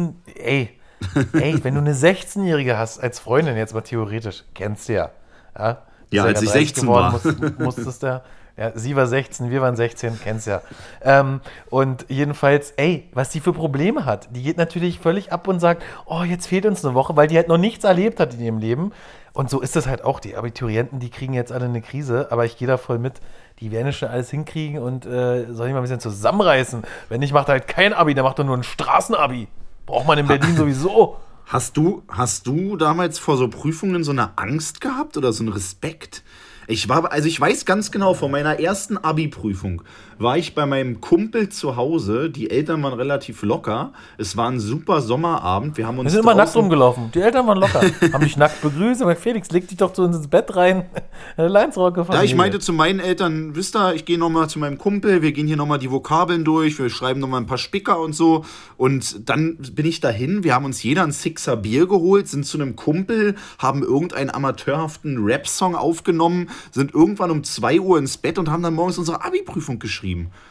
Wenn du eine 16-Jährige hast als Freundin, jetzt mal theoretisch, kennst du ja. Ja, als ich 16 war. Musstest du ja, sie war 16, wir waren 16, kennst ja. Und jedenfalls, was die für Probleme hat. Die geht natürlich völlig ab und sagt, oh, jetzt fehlt uns eine Woche, weil die halt noch nichts erlebt hat in ihrem Leben. Und so ist es halt auch. Die Abiturienten, die kriegen jetzt alle eine Krise, aber ich gehe da voll mit. Die werden schon alles hinkriegen und soll ich mal ein bisschen zusammenreißen. Wenn nicht, macht er halt kein Abi, der macht doch nur ein Straßenabi. Braucht man in Berlin sowieso. Hast du damals vor so Prüfungen so eine Angst gehabt oder so einen Respekt? Ich weiß ganz genau, vor meiner ersten Abi-Prüfung war ich bei meinem Kumpel zu Hause. Die Eltern waren relativ locker. Es war ein super Sommerabend. Wir sind immer nackt rumgelaufen. Die Eltern waren locker. Haben mich nackt begrüßt. Aber Felix, leg dich doch zu uns ins Bett rein. Leinsrocke. Ja, ich meinte zu meinen Eltern, wisst ihr, ich gehe nochmal zu meinem Kumpel. Wir gehen hier nochmal die Vokabeln durch. Wir schreiben nochmal ein paar Spicker und so. Und dann bin ich dahin. Wir haben uns jeder ein Sixer Bier geholt, sind zu einem Kumpel, haben irgendeinen amateurhaften Rap-Song aufgenommen, sind irgendwann um 2 Uhr ins Bett und haben dann morgens unsere Abi-Prüfung geschrieben.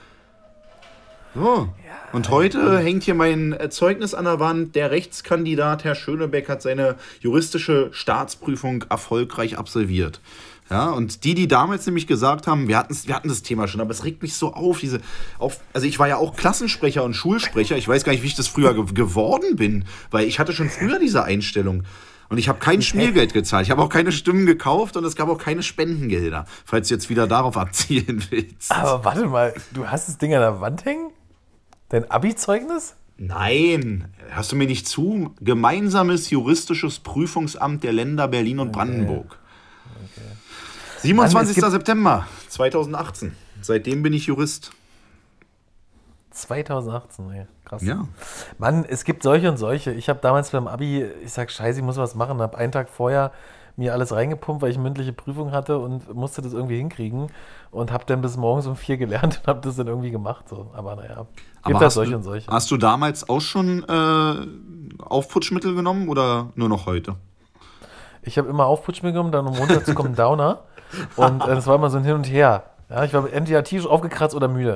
So. Und heute hängt hier mein Zeugnis an der Wand. Der Rechtskandidat Herr Schönebeck hat seine juristische Staatsprüfung erfolgreich absolviert. Ja, und die damals nämlich gesagt haben, wir hatten das Thema schon, aber es regt mich so auf, also ich war ja auch Klassensprecher und Schulsprecher, ich weiß gar nicht, wie ich das früher geworden bin, weil ich hatte schon früher diese Einstellung. Und ich habe kein Schmiergeld gezahlt. Ich habe auch keine Stimmen gekauft und es gab auch keine Spendengelder, falls du jetzt wieder darauf abzielen willst. Aber warte mal, du hast das Ding an der Wand hängen? Dein Abi-Zeugnis? Nein, hörst du mir nicht zu? Gemeinsames juristisches Prüfungsamt der Länder Berlin und Brandenburg. Okay. 27. September 2018. Seitdem bin ich Jurist. 2018, ey. Krass. Ja. Mann, es gibt solche und solche. Ich habe damals beim Abi, ich sag, scheiße, ich muss was machen, habe einen Tag vorher mir alles reingepumpt, weil ich eine mündliche Prüfung hatte und musste das irgendwie hinkriegen und habe dann bis morgens um 4 gelernt und habe das dann irgendwie gemacht. So. Aber naja, gibt halt solche und solche. Hast du damals auch schon Aufputschmittel genommen oder nur noch heute? Ich habe immer Aufputschmittel genommen, dann um runterzukommen Downer und das war immer so ein Hin und Her. Ja, ich war entweder tierisch aufgekratzt oder müde.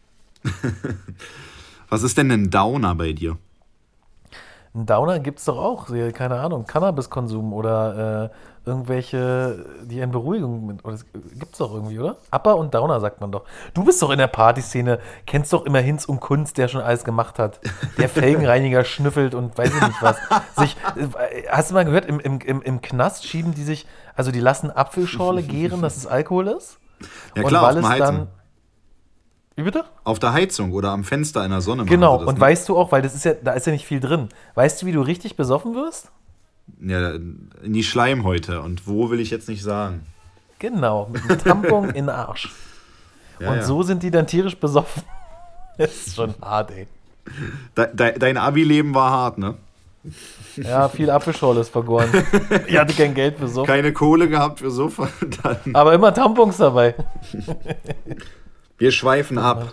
Was ist denn ein Downer bei dir? Ein Downer gibt es doch auch, keine Ahnung, Cannabiskonsum oder irgendwelche, die eine Beruhigung gibt es doch irgendwie, oder? Upper und Downer sagt man doch. Du bist doch in der Partyszene, kennst doch immer Hinz und Kunz, der schon alles gemacht hat. Der Felgenreiniger schnüffelt und weiß ich nicht was. Hast du mal gehört, im Knast schieben die sich, also die lassen Apfelschorle gären, dass es Alkohol ist? Ja klar, und weil auf es dann... Wie bitte? Auf der Heizung oder am Fenster in der Sonne. Genau, und nicht. Weißt du auch, weil da ist ja nicht viel drin. Weißt du, wie du richtig besoffen wirst? Ja, in die Schleimhäute. Und wo will ich jetzt nicht sagen? Genau, mit einem Tampon in den Arsch. Ja, und so sind die dann tierisch besoffen. Das ist schon hart, ey. Dein Abi-Leben war hart, ne? Ja, viel Apfelschorle ist vergoren. Ich hatte kein Geld für Suff. Keine Kohle gehabt für Suff. Aber immer Tampons dabei. Wir schweifen ab.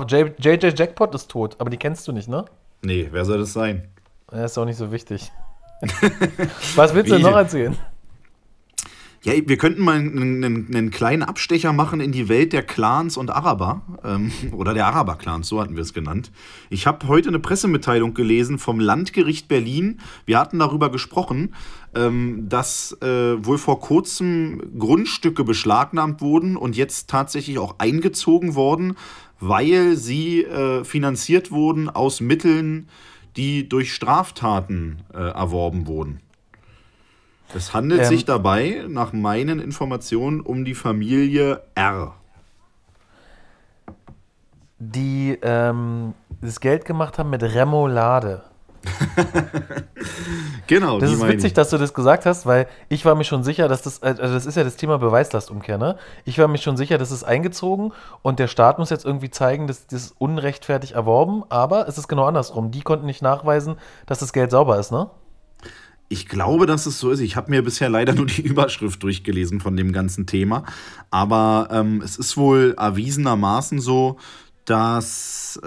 JJ Jackpot ist tot, aber die kennst du nicht, ne? Nee, wer soll das sein? Er ist auch nicht so wichtig. Was willst du noch erzählen? Ja, wir könnten mal einen kleinen Abstecher machen in die Welt der Clans und Araber. Oder der Araber-Clans, so hatten wir es genannt. Ich habe heute eine Pressemitteilung gelesen vom Landgericht Berlin. Wir hatten darüber gesprochen, dass wohl vor kurzem Grundstücke beschlagnahmt wurden und jetzt tatsächlich auch eingezogen wurden, weil sie finanziert wurden aus Mitteln, die durch Straftaten erworben wurden. Es handelt sich dabei, nach meinen Informationen, um die Familie R. Die das Geld gemacht haben mit Remoulade. Genau, das ist witzig, dass du das gesagt hast, weil ich war mir schon sicher, dass das, also das ist ja das Thema Beweislastumkehr, ne? Ich war mir schon sicher, das ist eingezogen und der Staat muss jetzt irgendwie zeigen, dass das unrechtfertig erworben, aber es ist genau andersrum. Die konnten nicht nachweisen, dass das Geld sauber ist, ne? Ich glaube, dass es so ist. Ich habe mir bisher leider nur die Überschrift durchgelesen von dem ganzen Thema. Aber es ist wohl erwiesenermaßen so, dass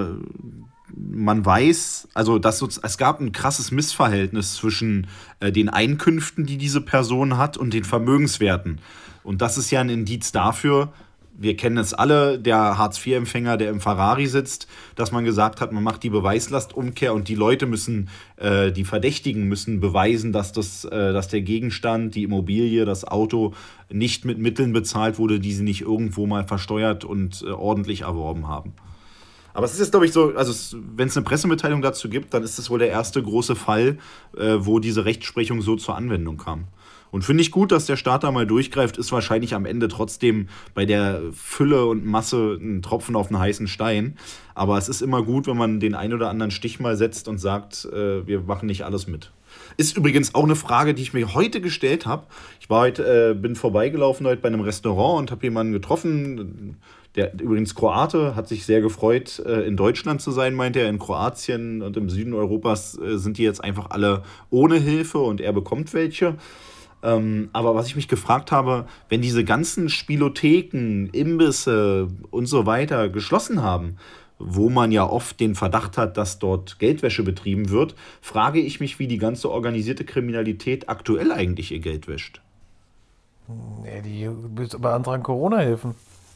man weiß, also dass es gab ein krasses Missverhältnis zwischen den Einkünften, die diese Person hat, und den Vermögenswerten. Und das ist ja ein Indiz dafür, wir kennen es alle, der Hartz-IV-Empfänger, der im Ferrari sitzt, dass man gesagt hat, man macht die Beweislastumkehr und die Leute müssen, die Verdächtigen müssen beweisen, dass der Gegenstand, die Immobilie, das Auto nicht mit Mitteln bezahlt wurde, die sie nicht irgendwo mal versteuert und ordentlich erworben haben. Aber es ist jetzt, glaube ich, so, also wenn es eine Pressemitteilung dazu gibt, dann ist das wohl der erste große Fall, wo diese Rechtsprechung so zur Anwendung kam. Und finde ich gut, dass der Staat da mal durchgreift, ist wahrscheinlich am Ende trotzdem bei der Fülle und Masse ein Tropfen auf einen heißen Stein. Aber es ist immer gut, wenn man den ein oder anderen Stich mal setzt und sagt, wir machen nicht alles mit. Ist übrigens auch eine Frage, die ich mir heute gestellt habe. Ich war heute, bin vorbeigelaufen heute bei einem Restaurant und habe jemanden getroffen, der übrigens Kroate, hat sich sehr gefreut, in Deutschland zu sein, meinte er. In Kroatien und im Süden Europas sind die jetzt einfach alle ohne Hilfe und er bekommt welche. Aber was ich mich gefragt habe, wenn diese ganzen Spielotheken, Imbisse und so weiter geschlossen haben, wo man ja oft den Verdacht hat, dass dort Geldwäsche betrieben wird, frage ich mich, wie die ganze organisierte Kriminalität aktuell eigentlich ihr Geld wäscht. Nee, die beantragen Corona-Hilfen.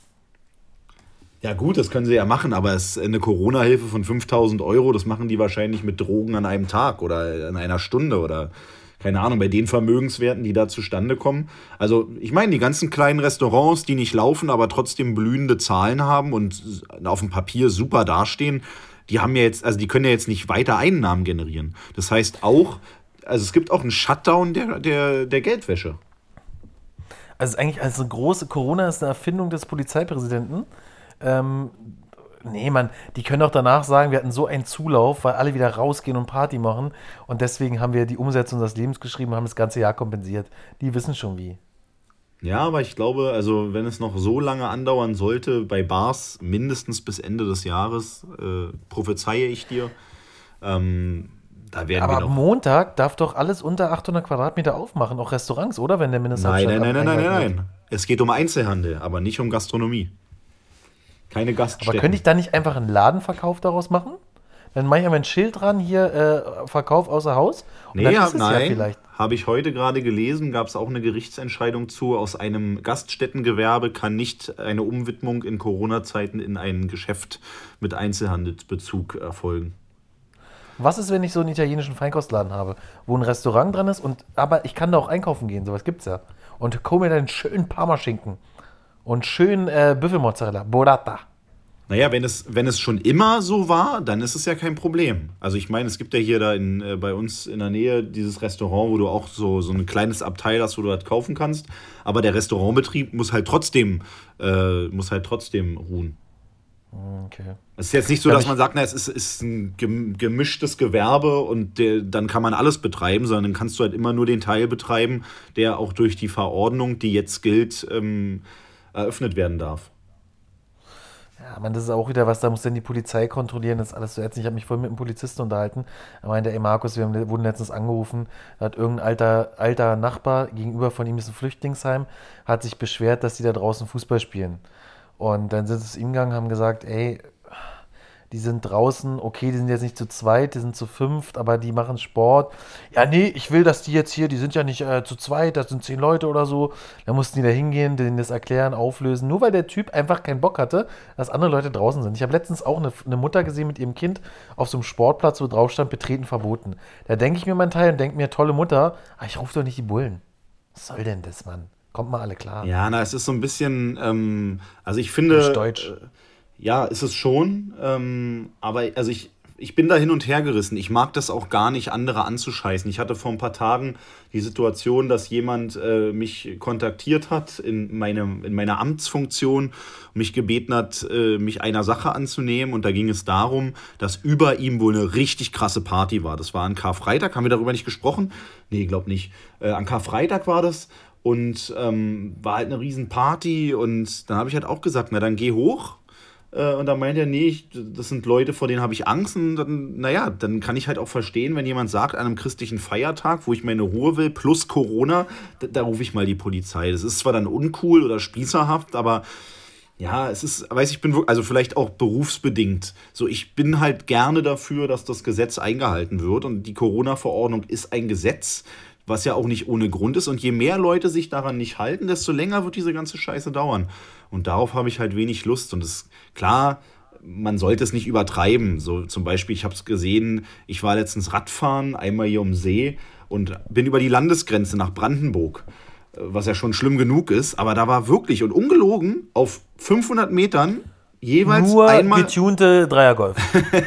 Ja gut, das können sie ja machen, aber es eine Corona-Hilfe von 5.000 Euro, das machen die wahrscheinlich mit Drogen an einem Tag oder in einer Stunde oder keine Ahnung, bei den Vermögenswerten, die da zustande kommen. Also ich meine, die ganzen kleinen Restaurants, die nicht laufen, aber trotzdem blühende Zahlen haben und auf dem Papier super dastehen, die haben ja jetzt, also die können ja jetzt nicht weiter Einnahmen generieren. Das heißt auch, also es gibt auch einen Shutdown der Geldwäsche. Also eigentlich als eine große Corona ist eine Erfindung des Polizeipräsidenten. Nee, Mann, die können auch danach sagen, wir hatten so einen Zulauf, weil alle wieder rausgehen und Party machen und deswegen haben wir die Umsetzung unseres Lebens geschrieben und haben das ganze Jahr kompensiert. Die wissen schon wie. Ja, aber ich glaube, also wenn es noch so lange andauern sollte, bei Bars mindestens bis Ende des Jahres, prophezeie ich dir, da werden aber wir noch... Montag darf doch alles unter 800 Quadratmeter aufmachen, auch Restaurants, oder? Wenn der Mindestabstand Nein. Es geht um Einzelhandel, aber nicht um Gastronomie. Keine Gaststätten. Aber könnte ich da nicht einfach einen Ladenverkauf daraus machen? Dann mache ich einfach ein Schild dran, hier Verkauf außer Haus. Und Nee, dann ist es nein, ja vielleicht. habe ich heute gerade gelesen, gab es auch eine Gerichtsentscheidung zu. Aus einem Gaststättengewerbe kann nicht eine Umwidmung in Corona-Zeiten in ein Geschäft mit Einzelhandelsbezug erfolgen. Was ist, wenn ich so einen italienischen Feinkostladen habe, wo ein Restaurant dran ist, aber ich kann da auch einkaufen gehen, sowas gibt's ja. Und hol mir dann einen schönen Parmaschinken und schön Büffelmozzarella, Burrata. Naja, wenn es schon immer so war, dann ist es ja kein Problem. Also ich meine, es gibt ja hier da bei uns in der Nähe dieses Restaurant, wo du auch so ein kleines Abteil hast, wo du das kaufen kannst. Aber der Restaurantbetrieb muss halt trotzdem ruhen. Okay. Es ist jetzt nicht so, dass man sagt, na, es ist ein gemischtes Gewerbe und dann kann man alles betreiben, sondern dann kannst du halt immer nur den Teil betreiben, der auch durch die Verordnung, die jetzt gilt, eröffnet werden darf. Ja, man, das ist auch wieder was, da muss dann die Polizei kontrollieren, das ist alles so ätzend. Ich habe mich vorhin mit einem Polizisten unterhalten, er meinte, ey Markus, wir wurden letztens angerufen, da hat irgendein alter Nachbar, gegenüber von ihm ist ein Flüchtlingsheim, hat sich beschwert, dass die da draußen Fußball spielen. Und dann sind sie zu ihm gegangen, haben gesagt, ey, die sind draußen, okay, die sind jetzt nicht zu zweit, die sind zu fünft, aber die machen Sport. Ja, nee, ich will, dass die jetzt hier, die sind ja nicht zu zweit, das sind 10 Leute oder so. Da mussten die da hingehen, denen das erklären, auflösen. Nur weil der Typ einfach keinen Bock hatte, dass andere Leute draußen sind. Ich habe letztens auch eine Mutter gesehen mit ihrem Kind auf so einem Sportplatz, wo drauf stand, betreten verboten. Da denke ich mir meinen Teil und denke mir, tolle Mutter, aber ich rufe doch nicht die Bullen. Was soll denn das, Mann? Kommt mal alle klar. Ja, na, es ist so ein bisschen, also ich finde, Typisch deutsch. ja, ist es schon, aber also ich bin da hin und her gerissen. Ich mag das auch gar nicht, andere anzuscheißen. Ich hatte vor ein paar Tagen die Situation, dass jemand mich kontaktiert hat in meiner Amtsfunktion und mich gebeten hat, mich einer Sache anzunehmen. Und da ging es darum, dass über ihm wohl eine richtig krasse Party war. Das war an Karfreitag. Haben wir darüber nicht gesprochen? Nee, glaub nicht. An Karfreitag war das. Und war halt eine riesen Party. Und dann habe ich halt auch gesagt, na dann geh hoch. Und dann meint er, nee, das sind Leute, vor denen habe ich Angst. Und dann, naja, dann kann ich halt auch verstehen, wenn jemand sagt, an einem christlichen Feiertag, wo ich meine Ruhe will, plus Corona, da rufe ich mal die Polizei. Das ist zwar dann uncool oder spießerhaft, aber ja, es ist, weiß ich, bin also vielleicht auch berufsbedingt. So, ich bin halt gerne dafür, dass das Gesetz eingehalten wird. Und die Corona-Verordnung ist ein Gesetz, was ja auch nicht ohne Grund ist. Und je mehr Leute sich daran nicht halten, desto länger wird diese ganze Scheiße dauern. Und darauf habe ich halt wenig Lust. Und es ist klar, man sollte es nicht übertreiben. So zum Beispiel, ich habe es gesehen, ich war letztens Radfahren, einmal hier um See und bin über die Landesgrenze nach Brandenburg, was ja schon schlimm genug ist. Aber da war wirklich und ungelogen auf 500 Metern jeweils nur einmal getunte Dreiergolf.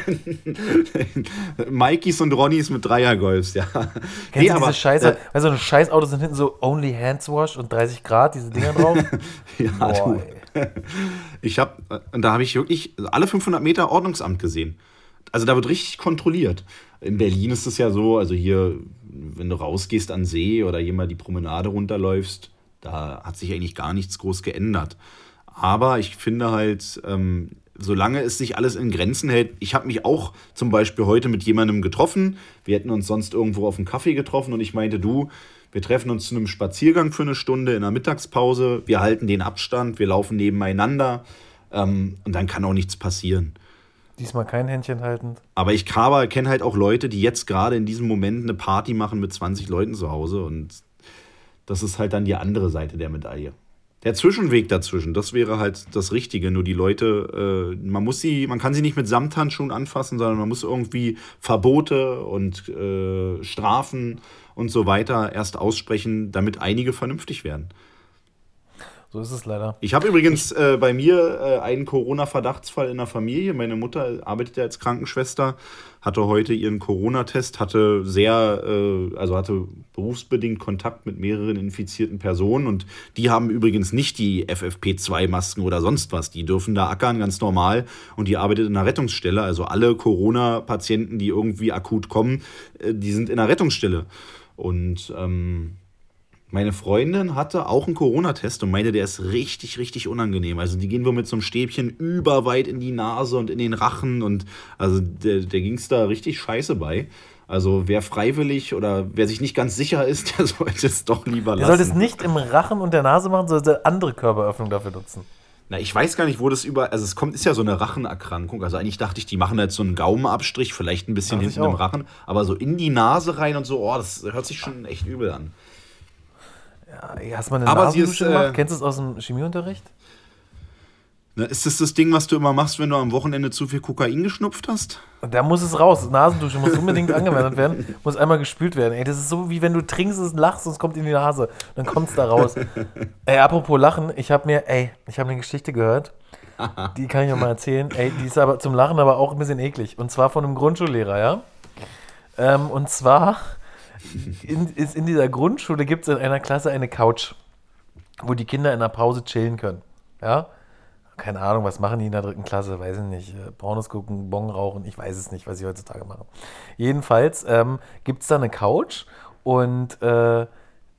Mikeys und Ronnys mit Dreiergolfs, ja. Kennst du diese Scheiße? Weil so ein Scheißauto sind hinten so Only Hands Wash und 30 Grad, diese Dinger drauf. Ja, Boah, du. Und da habe ich wirklich alle 500 Meter Ordnungsamt gesehen. Also da wird richtig kontrolliert. In Berlin ist es ja so, also hier, wenn du rausgehst an See oder hier mal die Promenade runterläufst, da hat sich eigentlich gar nichts groß geändert. Aber ich finde halt, solange es sich alles in Grenzen hält, ich habe mich auch zum Beispiel heute mit jemandem getroffen, wir hätten uns sonst irgendwo auf einen Kaffee getroffen und ich meinte, du, wir treffen uns zu einem Spaziergang für eine Stunde in der Mittagspause, wir halten den Abstand, wir laufen nebeneinander und dann kann auch nichts passieren. Diesmal kein Händchen haltend. Aber ich kenne halt auch Leute, die jetzt gerade in diesem Moment eine Party machen mit 20 Leuten zu Hause und das ist halt dann die andere Seite der Medaille. Der Zwischenweg dazwischen, das wäre halt das Richtige. Nur die Leute, man kann sie nicht mit Samthandschuhen anfassen, sondern man muss irgendwie Verbote und Strafen und so weiter erst aussprechen, damit einige vernünftig werden. So ist es leider. Ich habe übrigens bei mir einen Corona-Verdachtsfall in der Familie. Meine Mutter arbeitet ja als Krankenschwester, hatte heute ihren Corona-Test, hatte berufsbedingt Kontakt mit mehreren infizierten Personen und die haben übrigens nicht die FFP2-Masken oder sonst was. Die dürfen da ackern, ganz normal, und die arbeitet in einer Rettungsstelle. Also alle Corona-Patienten, die irgendwie akut kommen, die sind in einer Rettungsstelle. Und meine Freundin hatte auch einen Corona-Test und meinte, der ist richtig, richtig unangenehm. Also die gehen wohl mit so einem Stäbchen überweit in die Nase und in den Rachen und also der ging es da richtig scheiße bei. Also wer freiwillig oder wer sich nicht ganz sicher ist, der sollte es doch lieber lassen. Der sollte es nicht im Rachen und der Nase machen, sollte andere Körperöffnung dafür nutzen. Na, ich weiß gar nicht, wo das also ist ja so eine Rachenerkrankung. Also eigentlich dachte ich, die machen jetzt so einen Gaumenabstrich, vielleicht ein bisschen hinten im Rachen, aber so in die Nase rein und so, das hört sich schon echt übel an. Ja, hast du mal eine Nasendusche gemacht? Kennst du es aus dem Chemieunterricht? Na, ist das Ding, was du immer machst, wenn du am Wochenende zu viel Kokain geschnupft hast? Und da muss es raus. Nasendusche muss unbedingt angewendet werden, muss einmal gespült werden. Ey, das ist so, wie wenn du trinkst und lachst und es kommt in die Nase. Dann kommt es da raus. Ey, apropos Lachen, ich habe eine Geschichte gehört. Die kann ich noch mal erzählen. Ey, die ist aber zum Lachen aber auch ein bisschen eklig. Und zwar von einem Grundschullehrer, ja? Und zwar in dieser Grundschule gibt es in einer Klasse eine Couch, wo die Kinder in der Pause chillen können. Ja? Keine Ahnung, was machen die in der 3. Klasse, weiß ich nicht. Pornos gucken, Bon rauchen, ich weiß es nicht, was sie heutzutage machen. Jedenfalls gibt es da eine Couch und dann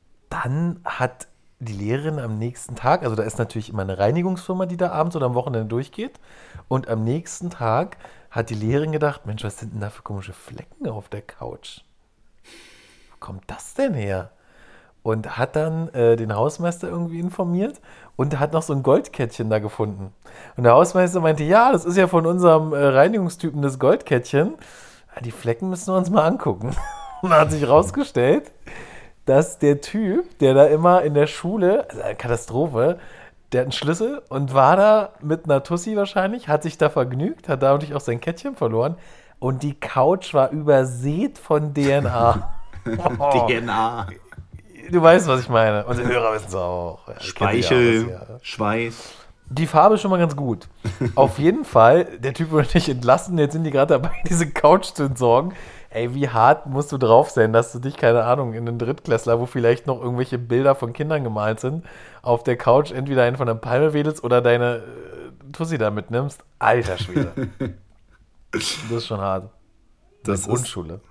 hat die Lehrerin am nächsten Tag, also da ist natürlich immer eine Reinigungsfirma, die da abends oder am Wochenende durchgeht, und am nächsten Tag hat die Lehrerin gedacht, Mensch, was sind denn da für komische Flecken auf der Couch? Wo kommt das denn her? und hat dann den Hausmeister irgendwie informiert und hat noch so ein Goldkettchen da gefunden. Und der Hausmeister meinte, ja, das ist ja von unserem Reinigungstypen das Goldkettchen. Ja, die Flecken müssen wir uns mal angucken. Und da hat sich rausgestellt, dass der Typ, der da immer in der Schule, also eine Katastrophe, der hat einen Schlüssel und war da mit einer Tussi wahrscheinlich, hat sich da vergnügt, hat dadurch auch sein Kettchen verloren und die Couch war übersät von DNA. DNA. Du weißt, was ich meine. Und die Hörer wissen es auch. Ja, Speichel, Schweiß. Die Farbe ist schon mal ganz gut. Auf jeden Fall, der Typ wurde nicht entlassen, jetzt sind die gerade dabei, diese Couch zu entsorgen. Ey, wie hart musst du drauf sein, dass du dich, keine Ahnung, in einen Drittklässler, wo vielleicht noch irgendwelche Bilder von Kindern gemalt sind, auf der Couch entweder einen von der Palme wedelst oder deine Tussi da mitnimmst. Alter Schwede. Das ist schon hart. Das Grundschule.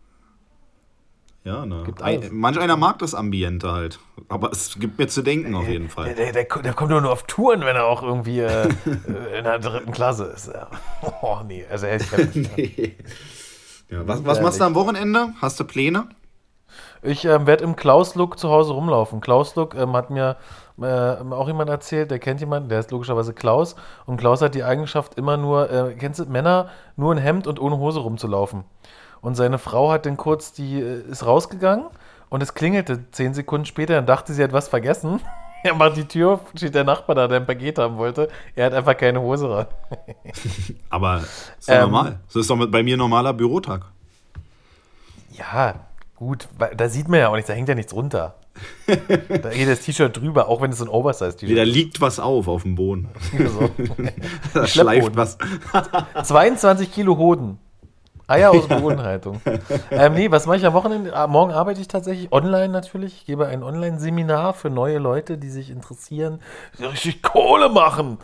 Ja, ne. Gibt alles. Manch einer mag das Ambiente halt. Aber es gibt mir zu denken auf jeden Fall. Der kommt doch nur auf Touren, wenn er auch irgendwie in der 3. Klasse ist. Oh nee, also hätte ich Nee. Ja, was machst du am Wochenende? Hast du Pläne? Ich werde im Klaus-Look zu Hause rumlaufen. Klaus-Look hat mir auch jemand erzählt, der kennt jemanden, der ist logischerweise Klaus. Und Klaus hat die Eigenschaft, immer nur, kennst du, Männer nur in Hemd und ohne Hose rumzulaufen. Und seine Frau hat dann kurz, die ist rausgegangen und es klingelte 10 Sekunden später, dann dachte sie, hat was vergessen. Er macht die Tür auf, steht der Nachbar da, der ein Paket haben wollte. Er hat einfach keine Hose ran. Aber ist doch normal. Das ist doch bei mir normaler Bürotag. Ja, gut, da sieht man ja auch nichts, da hängt ja nichts runter. Da geht das T-Shirt drüber, auch wenn es so ein Oversize-T-Shirt ist. Da liegt was auf dem Boden. So. Da schleift was. 22 Kilo Hoden. Eier aus Bodenhaltung. Nee, was mache ich am Wochenende? Morgen arbeite ich tatsächlich online natürlich. Ich gebe ein Online-Seminar für neue Leute, die sich interessieren, die richtig Kohle machen.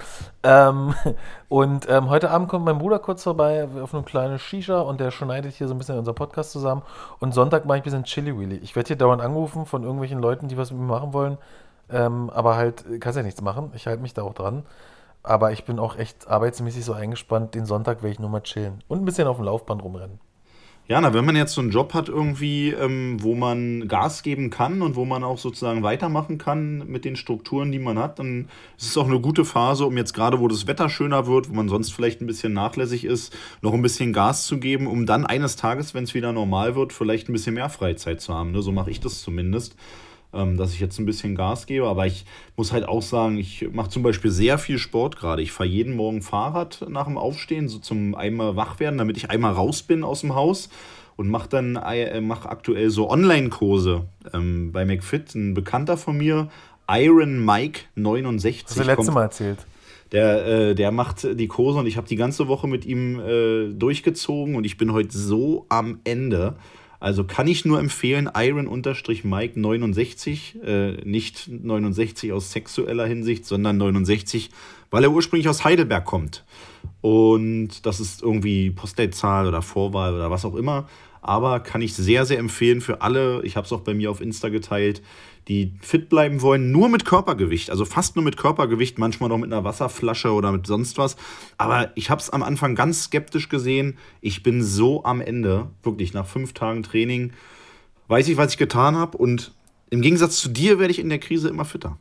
Heute Abend kommt mein Bruder kurz vorbei auf eine kleine Shisha und der schneidet hier so ein bisschen unser Podcast zusammen. Und Sonntag mache ich ein bisschen Chili-Willy. Ich werde hier dauernd angerufen von irgendwelchen Leuten, die was mit mir machen wollen. Aber halt, kannst ja nichts machen. Ich halte mich da auch dran. Aber ich bin auch echt arbeitsmäßig so eingespannt. Den Sonntag werde ich nur mal chillen. Und ein bisschen auf dem Laufband rumrennen. Ja, na, wenn man jetzt so einen Job hat irgendwie, wo man Gas geben kann und wo man auch sozusagen weitermachen kann mit den Strukturen, die man hat, dann ist es auch eine gute Phase, um jetzt gerade, wo das Wetter schöner wird, wo man sonst vielleicht ein bisschen nachlässig ist, noch ein bisschen Gas zu geben, um dann eines Tages, wenn es wieder normal wird, vielleicht ein bisschen mehr Freizeit zu haben. Ne? So mache ich das zumindest. Dass ich jetzt ein bisschen Gas gebe, aber ich muss halt auch sagen, ich mache zum Beispiel sehr viel Sport gerade. Ich fahre jeden Morgen Fahrrad nach dem Aufstehen, so zum einmal wach werden, damit ich einmal raus bin aus dem Haus und mache aktuell so Online-Kurse bei McFit. Ein Bekannter von mir, Iron Mike 69. Hast du das letzte Mal erzählt? Der macht die Kurse und ich habe die ganze Woche mit ihm durchgezogen und ich bin heute so am Ende. Also kann ich nur empfehlen, Iron-Mike 69, nicht 69 aus sexueller Hinsicht, sondern 69, weil er ursprünglich aus Heidelberg kommt. Und das ist irgendwie Postleitzahl oder Vorwahl oder was auch immer. Aber kann ich sehr, sehr empfehlen für alle, ich habe es auch bei mir auf Insta geteilt, die fit bleiben wollen, nur mit Körpergewicht, also fast nur mit Körpergewicht, manchmal noch mit einer Wasserflasche oder mit sonst was. Aber ich habe es am Anfang ganz skeptisch gesehen. Ich bin so am Ende, wirklich nach 5 Tagen Training, weiß ich, was ich getan habe. Und im Gegensatz zu dir werde ich in der Krise immer fitter.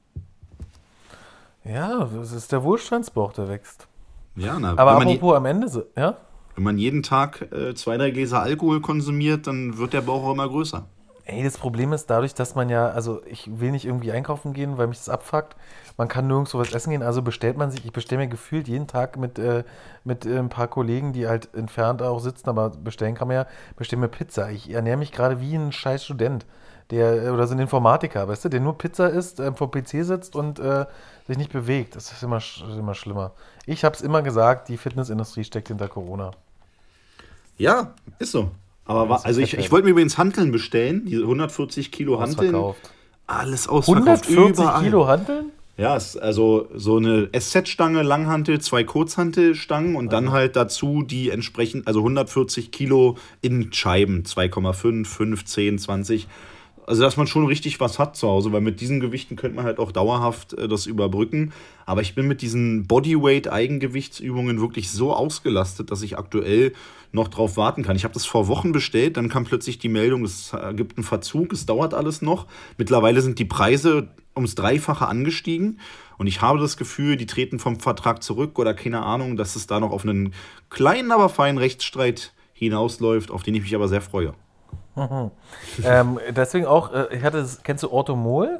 Ja, das ist der Wohlstandsbauch, der wächst. Ja, na, aber apropos am Ende, ja? Wenn man jeden Tag 2-3 Gläser Alkohol konsumiert, dann wird der Bauch auch immer größer. Ey, das Problem ist dadurch, dass man ja, also ich will nicht irgendwie einkaufen gehen, weil mich das abfuckt. Man kann nirgendwo was essen gehen, also bestellt man sich, ich bestelle mir gefühlt jeden Tag mit ein paar Kollegen, die halt entfernt auch sitzen, aber bestellen kann man ja, bestelle mir Pizza. Ich ernähre mich gerade wie ein scheiß Student, oder so ein Informatiker, weißt du, der nur Pizza isst, vom PC sitzt und sich nicht bewegt. Das ist immer schlimmer. Ich habe es immer gesagt, die Fitnessindustrie steckt hinter Corona. Ja, ist so. Aber also ich wollte mir übrigens Hanteln bestellen, diese 140 Kilo Hanteln. Ausverkauft. Alles ausverkauft. 140 überall. Kilo Hanteln? Ja, ist also so eine SZ-Stange, Langhantel, 2 Kurzhantelstangen und dann halt dazu die entsprechend, also 140 Kilo in Scheiben, 2,5, 5, 10, 20. Also, dass man schon richtig was hat zu Hause, weil mit diesen Gewichten könnte man halt auch dauerhaft das überbrücken. Aber ich bin mit diesen Bodyweight-Eigengewichtsübungen wirklich so ausgelastet, dass ich aktuell noch drauf warten kann. Ich habe das vor Wochen bestellt, dann kam plötzlich die Meldung, es gibt einen Verzug, es dauert alles noch. Mittlerweile sind die Preise ums Dreifache angestiegen und ich habe das Gefühl, die treten vom Vertrag zurück oder keine Ahnung, dass es da noch auf einen kleinen, aber feinen Rechtsstreit hinausläuft, auf den ich mich aber sehr freue. Deswegen auch, kennst du Orthomol?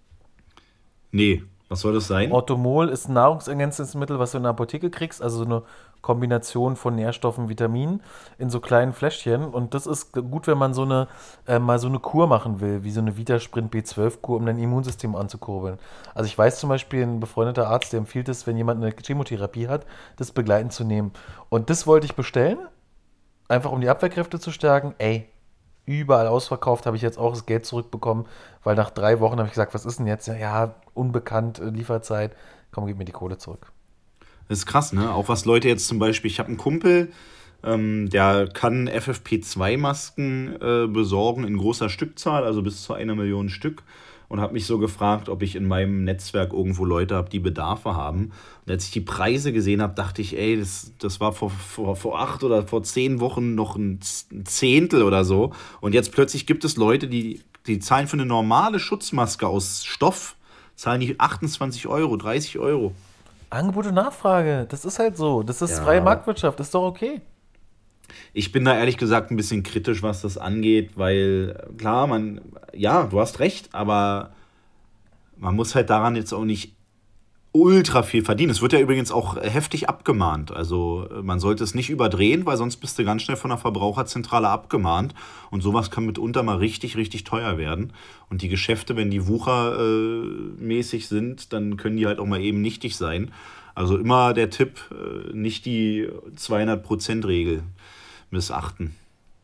Nee, was soll das sein? Orthomol ist ein Nahrungsergänzungsmittel, was du in der Apotheke kriegst, also so eine Kombination von Nährstoffen, Vitaminen in so kleinen Fläschchen. Und das ist gut, wenn man mal so eine Kur machen will, wie so eine Vitasprint B12-Kur, um dein Immunsystem anzukurbeln. Also ich weiß zum Beispiel, ein befreundeter Arzt, der empfiehlt es, wenn jemand eine Chemotherapie hat, das begleitend zu nehmen. Und das wollte ich bestellen, einfach um die Abwehrkräfte zu stärken. Überall ausverkauft, habe ich jetzt auch das Geld zurückbekommen, weil nach 3 Wochen habe ich gesagt, was ist denn jetzt? Ja, unbekannt, Lieferzeit. Komm, gib mir die Kohle zurück. Das ist krass, ne? Auch was Leute jetzt zum Beispiel, ich habe einen Kumpel, der kann FFP2-Masken besorgen in großer Stückzahl, also bis zu 1 Million Stück. Und habe mich so gefragt, ob ich in meinem Netzwerk irgendwo Leute habe, die Bedarfe haben. Und als ich die Preise gesehen habe, dachte ich, das war vor 8 oder vor 10 Wochen noch ein Zehntel oder so. Und jetzt plötzlich gibt es Leute, die zahlen für eine normale Schutzmaske aus Stoff, zahlen die 28 Euro, 30 Euro. Angebot und Nachfrage, das ist halt so. Das ist freie Marktwirtschaft, ist doch okay. Ich bin da ehrlich gesagt ein bisschen kritisch, was das angeht, weil klar, du hast recht, aber man muss halt daran jetzt auch nicht ultra viel verdienen. Es wird ja übrigens auch heftig abgemahnt. Also man sollte es nicht überdrehen, weil sonst bist du ganz schnell von der Verbraucherzentrale abgemahnt. Und sowas kann mitunter mal richtig, richtig teuer werden. Und die Geschäfte, wenn die wuchermäßig sind, dann können die halt auch mal eben nichtig sein. Also immer der Tipp, nicht die 200%-Regel missachten.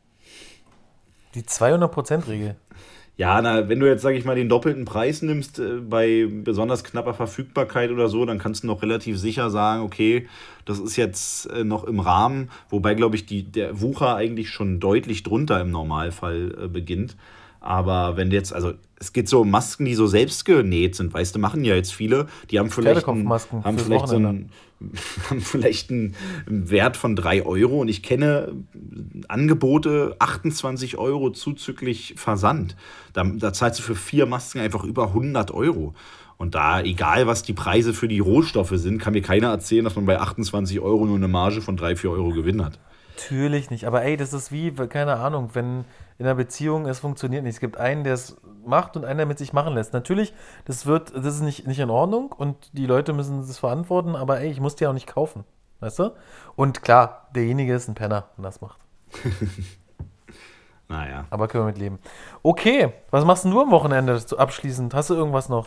Die 200%-Regel? Ja, wenn du jetzt, sage ich mal, den doppelten Preis nimmst bei besonders knapper Verfügbarkeit oder so, dann kannst du noch relativ sicher sagen, okay, das ist jetzt noch im Rahmen, wobei, glaube ich, der Wucher eigentlich schon deutlich drunter im Normalfall beginnt. Aber wenn du jetzt, also es geht so um Masken, die so selbst genäht sind, weißt du, machen ja jetzt viele, die haben vielleicht einen Wert von 3 Euro und ich kenne Angebote 28 Euro zuzüglich Versand. Da zahlst du für 4 Masken einfach über 100 Euro. Und da, egal was die Preise für die Rohstoffe sind, kann mir keiner erzählen, dass man bei 28 Euro nur eine Marge von 3, 4 Euro Gewinn hat. Natürlich nicht, aber das ist wie, keine Ahnung, wenn in einer Beziehung es funktioniert nicht. Es gibt einen, der es macht und einen, der mit sich machen lässt. Natürlich, das ist nicht in Ordnung und die Leute müssen das verantworten, aber ich muss die auch nicht kaufen, weißt du? Und klar, derjenige ist ein Penner, wenn das macht. Naja. Aber können wir mit leben. Okay, was machst denn du am Wochenende abschließend? Hast du irgendwas noch?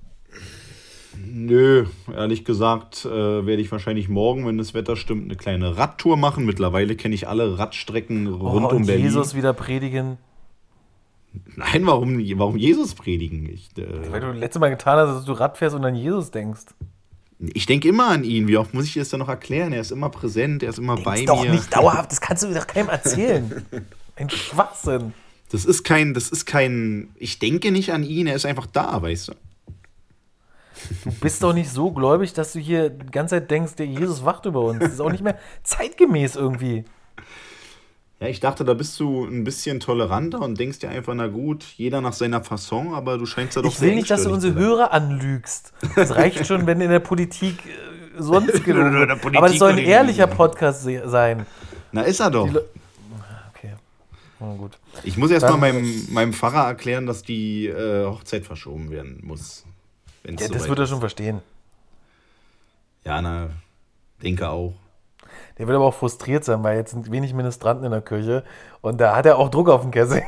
Nö, ehrlich gesagt werde ich wahrscheinlich morgen, wenn das Wetter stimmt, eine kleine Radtour machen. Mittlerweile kenne ich alle Radstrecken rund um Berlin. Jesus wieder predigen? Nein, warum Jesus predigen? Weil du letztes Mal getan hast, dass du Rad fährst und an Jesus denkst. Ich denke immer an ihn. Wie oft muss ich dir das dann noch erklären? Er ist immer präsent, er ist immer bei mir. Doch nicht dauerhaft, das kannst du doch keinem erzählen. Ein Schwachsinn. Das ist kein, ich denke nicht an ihn, er ist einfach da, weißt du. Du bist doch nicht so gläubig, dass du hier die ganze Zeit denkst, der Jesus wacht über uns. Das ist auch nicht mehr zeitgemäß irgendwie. Ja, ich dachte, da bist du ein bisschen toleranter und denkst dir einfach, na gut, jeder nach seiner Fasson, aber du scheinst da doch sehr Ich will nicht, dass du unsere Hörer anlügst. Das reicht schon, wenn in der Politik sonst gelogen wird. Aber es soll ein ehrlicher Podcast sein. Na, ist er doch. Okay, na gut. Ich muss erst mal meinem Pfarrer erklären, dass die Hochzeit verschoben werden muss. Ja, das wird er schon verstehen. Ja, denke auch. Der wird aber auch frustriert sein, weil jetzt sind wenig Ministranten in der Kirche und da hat er auch Druck auf den Kessel.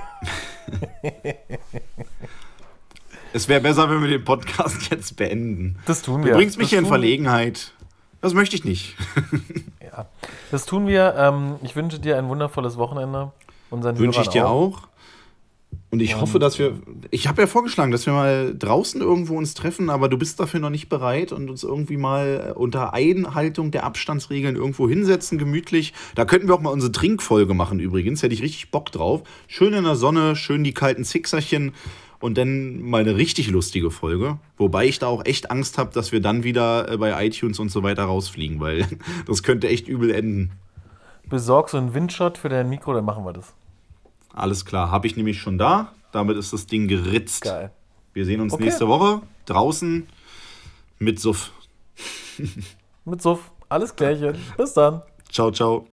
Es wäre besser, wenn wir den Podcast jetzt beenden. Das tun wir. Du bringst mich hier in Verlegenheit. Das möchte ich nicht. Ja, das tun wir. Ich wünsche dir ein wundervolles Wochenende. Wünsche ich dir auch. Und ich hoffe, dass wir. Ich habe ja vorgeschlagen, dass wir mal draußen irgendwo uns treffen, aber du bist dafür noch nicht bereit und uns irgendwie mal unter Einhaltung der Abstandsregeln irgendwo hinsetzen, gemütlich. Da könnten wir auch mal unsere Trinkfolge machen übrigens. Hätte ich richtig Bock drauf. Schön in der Sonne, schön die kalten Sixerchen und dann mal eine richtig lustige Folge. Wobei ich da auch echt Angst habe, dass wir dann wieder bei iTunes und so weiter rausfliegen, weil das könnte echt übel enden. Besorg so einen Windshot für dein Mikro, dann machen wir das. Alles klar, habe ich nämlich schon da. Damit ist das Ding geritzt. Geil. Wir sehen uns nächste Woche draußen mit Suff. Mit Suff. Alles Klärchen. Bis dann. Ciao, ciao.